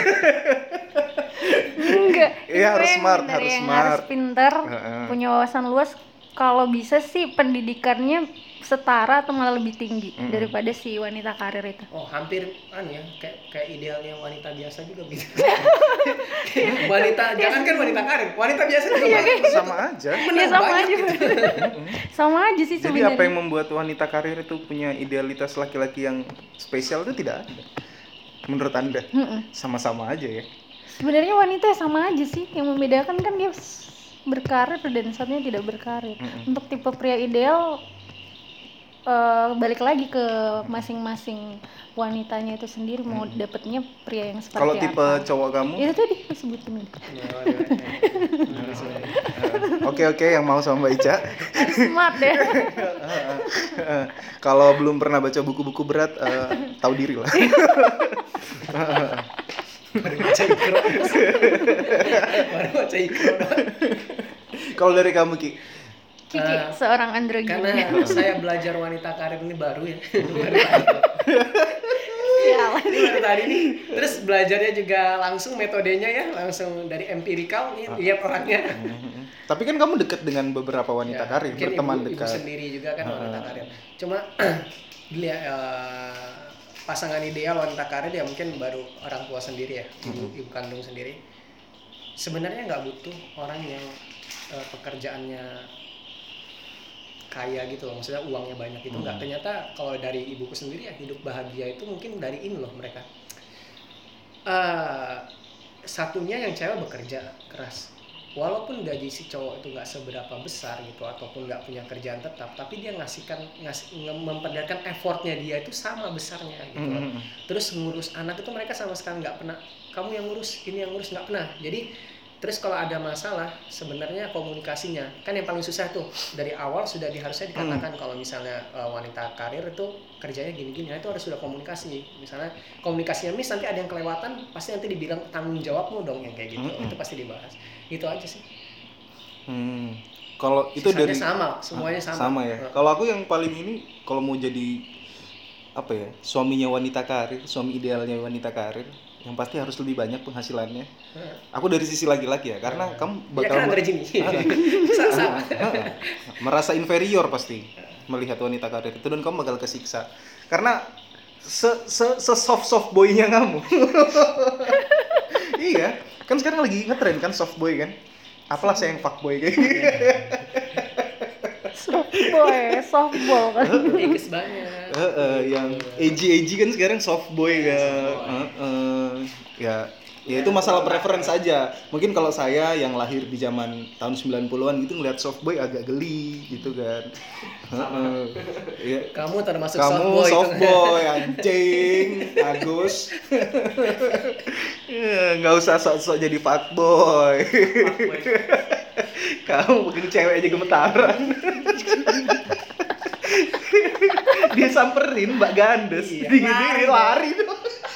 Enggak. Iya, harus Itu yang smart, dari harus yang smart. harus pintar, Heeh. punya wawasan luas. Kalau bisa sih pendidikannya setara atau malah lebih tinggi Mm-mm. daripada si wanita karir itu. Oh, hampir anu ya, kayak kayak idealnya wanita biasa juga gitu. Wanita, jangan kan wanita karir, wanita biasa juga banyak. Sama aja. Ya Menang sama banyak aja. gitu. Sama aja sih Jadi sebenarnya. apa yang membuat wanita karir itu punya idealitas laki-laki yang spesial itu tidak ada. Menurut Anda? Mm-mm. Sama-sama aja ya. Sebenarnya wanita sama aja sih, yang membedakan kan dia berkarir dan satunya tidak berkarir. Mm-mm. Untuk tipe pria ideal uh, balik lagi ke masing-masing wanitanya itu sendiri mau Mm-mm. dapetnya pria yang seperti Kalau apa. tipe cowok kamu? Itu tadi disebutin udah. Oke oke yang mau sama Mbak Ica. Smart deh. Kalau belum pernah baca buku-buku berat, eh, tahu diri lah. Baru baca ikro. Baru baca ikro. Kalau dari kamu Ki? Kiki Uh, seorang androgyn. Karena saya belajar wanita karir ini baru ya. Baru Sialan. Ini baru tadi nih. Terus belajarnya juga langsung metodenya ya, langsung dari empirikal nih, lihat orangnya. Tapi kan kamu dekat dengan beberapa wanita Ya, karir, mungkin berteman ibu, dekat. ibu sendiri juga kan wanita karir. Cuma dilihat uh, pasangan ideal wanita karir ya mungkin baru orang tua sendiri ya, ibu, ibu kandung sendiri. Sebenarnya nggak butuh orang yang uh, pekerjaannya kaya gitu loh, maksudnya uangnya banyak itu nggak. Ternyata kalau dari ibuku sendiri ya hidup bahagia itu mungkin dari ini loh mereka. Uh, satunya yang cewek bekerja keras. Walaupun gaji si cowok itu nggak seberapa besar gitu ataupun nggak punya kerjaan tetap, tapi dia ngasihkan ngasih memperlihatkan effortnya dia itu sama besarnya gitu loh. Mm-hmm. Terus ngurus anak itu mereka sama sekali nggak pernah kamu yang ngurus ini yang ngurus, nggak pernah. Jadi terus kalau ada masalah sebenarnya komunikasinya kan yang paling susah tuh. Dari awal sudah di, harusnya dikatakan kalau misalnya uh, wanita karir itu kerjanya gini-gini, nah itu harus sudah komunikasi. Misalnya komunikasinya miss nanti ada yang kelewatan, pasti nanti dibilang tanggung jawabmu dong yang kayak gitu. Mm-hmm. Itu pasti dibahas. Itu aja sih. Hmm. Kalau itu Sisanya dari sama, semuanya sama. Sama ya. Uh. Kalau aku yang paling ini kalau mau jadi apa ya, suaminya wanita karir, suami idealnya wanita karir, yang pasti harus lebih banyak penghasilannya. Uh. Aku dari sisi laki-laki ya, karena uh. kamu bakal ya kan Androgyn. Sama. merasa inferior pasti melihat wanita karir itu dan kamu bakal kesiksa. Karena se se, se soft soft boy-nya kamu. Iya, kan sekarang lagi ngetren kan soft boy kan. Apalah saya yang fuckboy kayak gitu. Softboy, softball kan. Ekes banget. Uh, uh, yang edgy-edgy kan sekarang soft boy kan. Uh, uh, ya, ya itu masalah preference aja. Mungkin kalau saya yang lahir di zaman tahun sembilan puluhan gitu ngeliat soft boy agak geli gitu kan. Uh, uh, ya. Kamu termasuk Kamu soft boy. Soft boy anjing, Agus. Nggak usah sok-sok jadi fuckboy. Kamu begini cewek aja gemetaran. Dia samperin Mbak Gandes, Iya, diri lari tuh.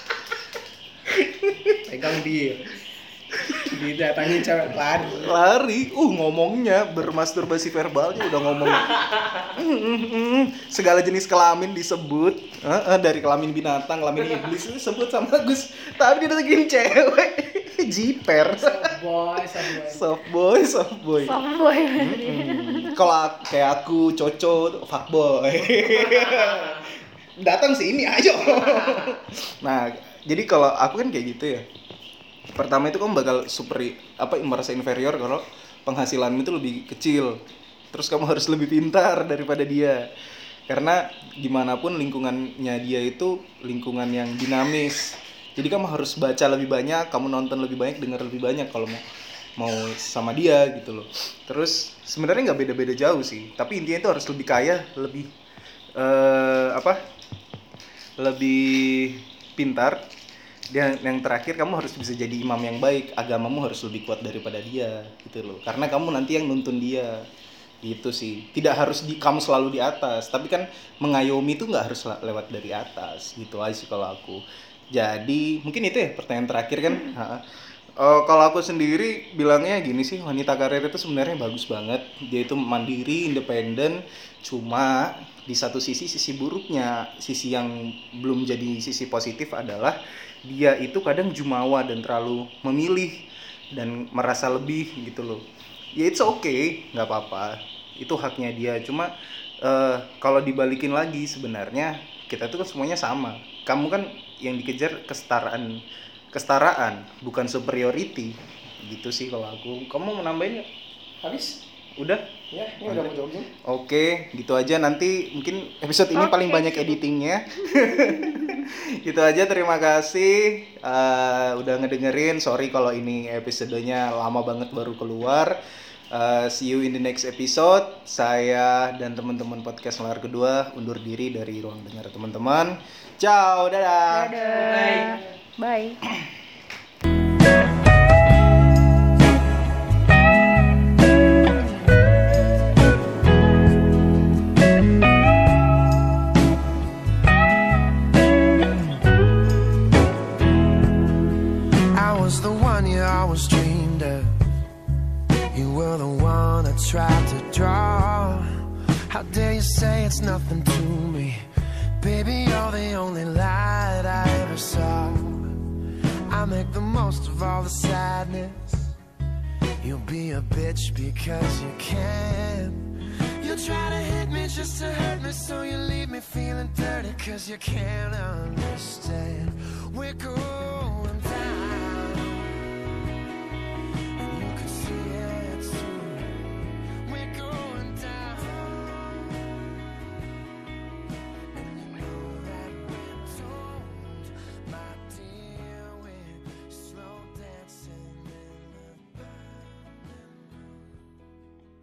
Pegang bir. Didatangin cewek lari. Lari, uh ngomongnya bermasturbasi verbalnya udah ngomong segala jenis kelamin disebut, uh, uh, dari kelamin binatang, kelamin iblis disebut sama Gus, tapi dia deketin cewek, jiper. Soft boy, soft boy. Soft boy, soft boy. Softboy. Mm-mm. Kalau kayak aku, Coco, fuckboy. Datang sini, ayo. Nah, jadi kalau aku kan kayak gitu ya. Pertama itu kamu bakal super apa merasa inferior kalau penghasilanmu itu lebih kecil. Terus kamu harus lebih pintar daripada dia. Karena gimana pun lingkungannya dia itu lingkungan yang dinamis. Jadi kamu harus baca lebih banyak, kamu nonton lebih banyak, dengar lebih banyak kalau mau mau sama dia gitu loh. Terus sebenarnya nggak beda-beda jauh sih, tapi intinya itu harus lebih kaya, lebih uh, apa? lebih pintar. Dan yang terakhir kamu harus bisa jadi imam yang baik, agamamu harus lebih kuat daripada dia gitu loh. Karena kamu nanti yang nuntun dia. Gitu sih. Tidak harus di, kamu selalu di atas, tapi kan mengayomi itu nggak harus lewat dari atas. Gitu aja sih kalau aku. Jadi mungkin itu ya pertanyaan terakhir kan. Uh, kalau aku sendiri bilangnya gini sih, wanita karir itu sebenarnya bagus banget. Dia itu mandiri, independen. Cuma di satu sisi sisi buruknya, sisi yang belum jadi sisi positif adalah dia itu kadang jumawa dan terlalu memilih dan merasa lebih gitu loh. Ya it's okay, nggak apa-apa, itu haknya dia. Cuma uh, kalau dibalikin lagi sebenarnya kita tuh kan semuanya sama. Kamu kan yang dikejar kesetaraan, kesetaraan bukan superiority gitu sih kalau aku. Kamu mau nambahin nggak? Habis? Udah? Ya, ini udah mau jogging. Oke, gitu aja. Nanti mungkin episode ini Oke. paling banyak editingnya. Gitu aja, terima kasih uh, udah ngedengerin. Sorry kalau ini episodenya lama banget baru keluar. Uh, see you in the next episode. Saya dan teman-teman podcast Nalar Kedua undur diri dari ruang dengar teman-teman. Ciao, dadah. Dadah. Bye. Bye. always dreamed of. You were the one I tried to draw. How dare you say it's nothing to me? Baby, you're the only light I ever saw. I make the most of all the sadness. You'll be a bitch because you can. You try to hit me just to hurt me, so you leave me feeling dirty, cause you can't understand. We're cool.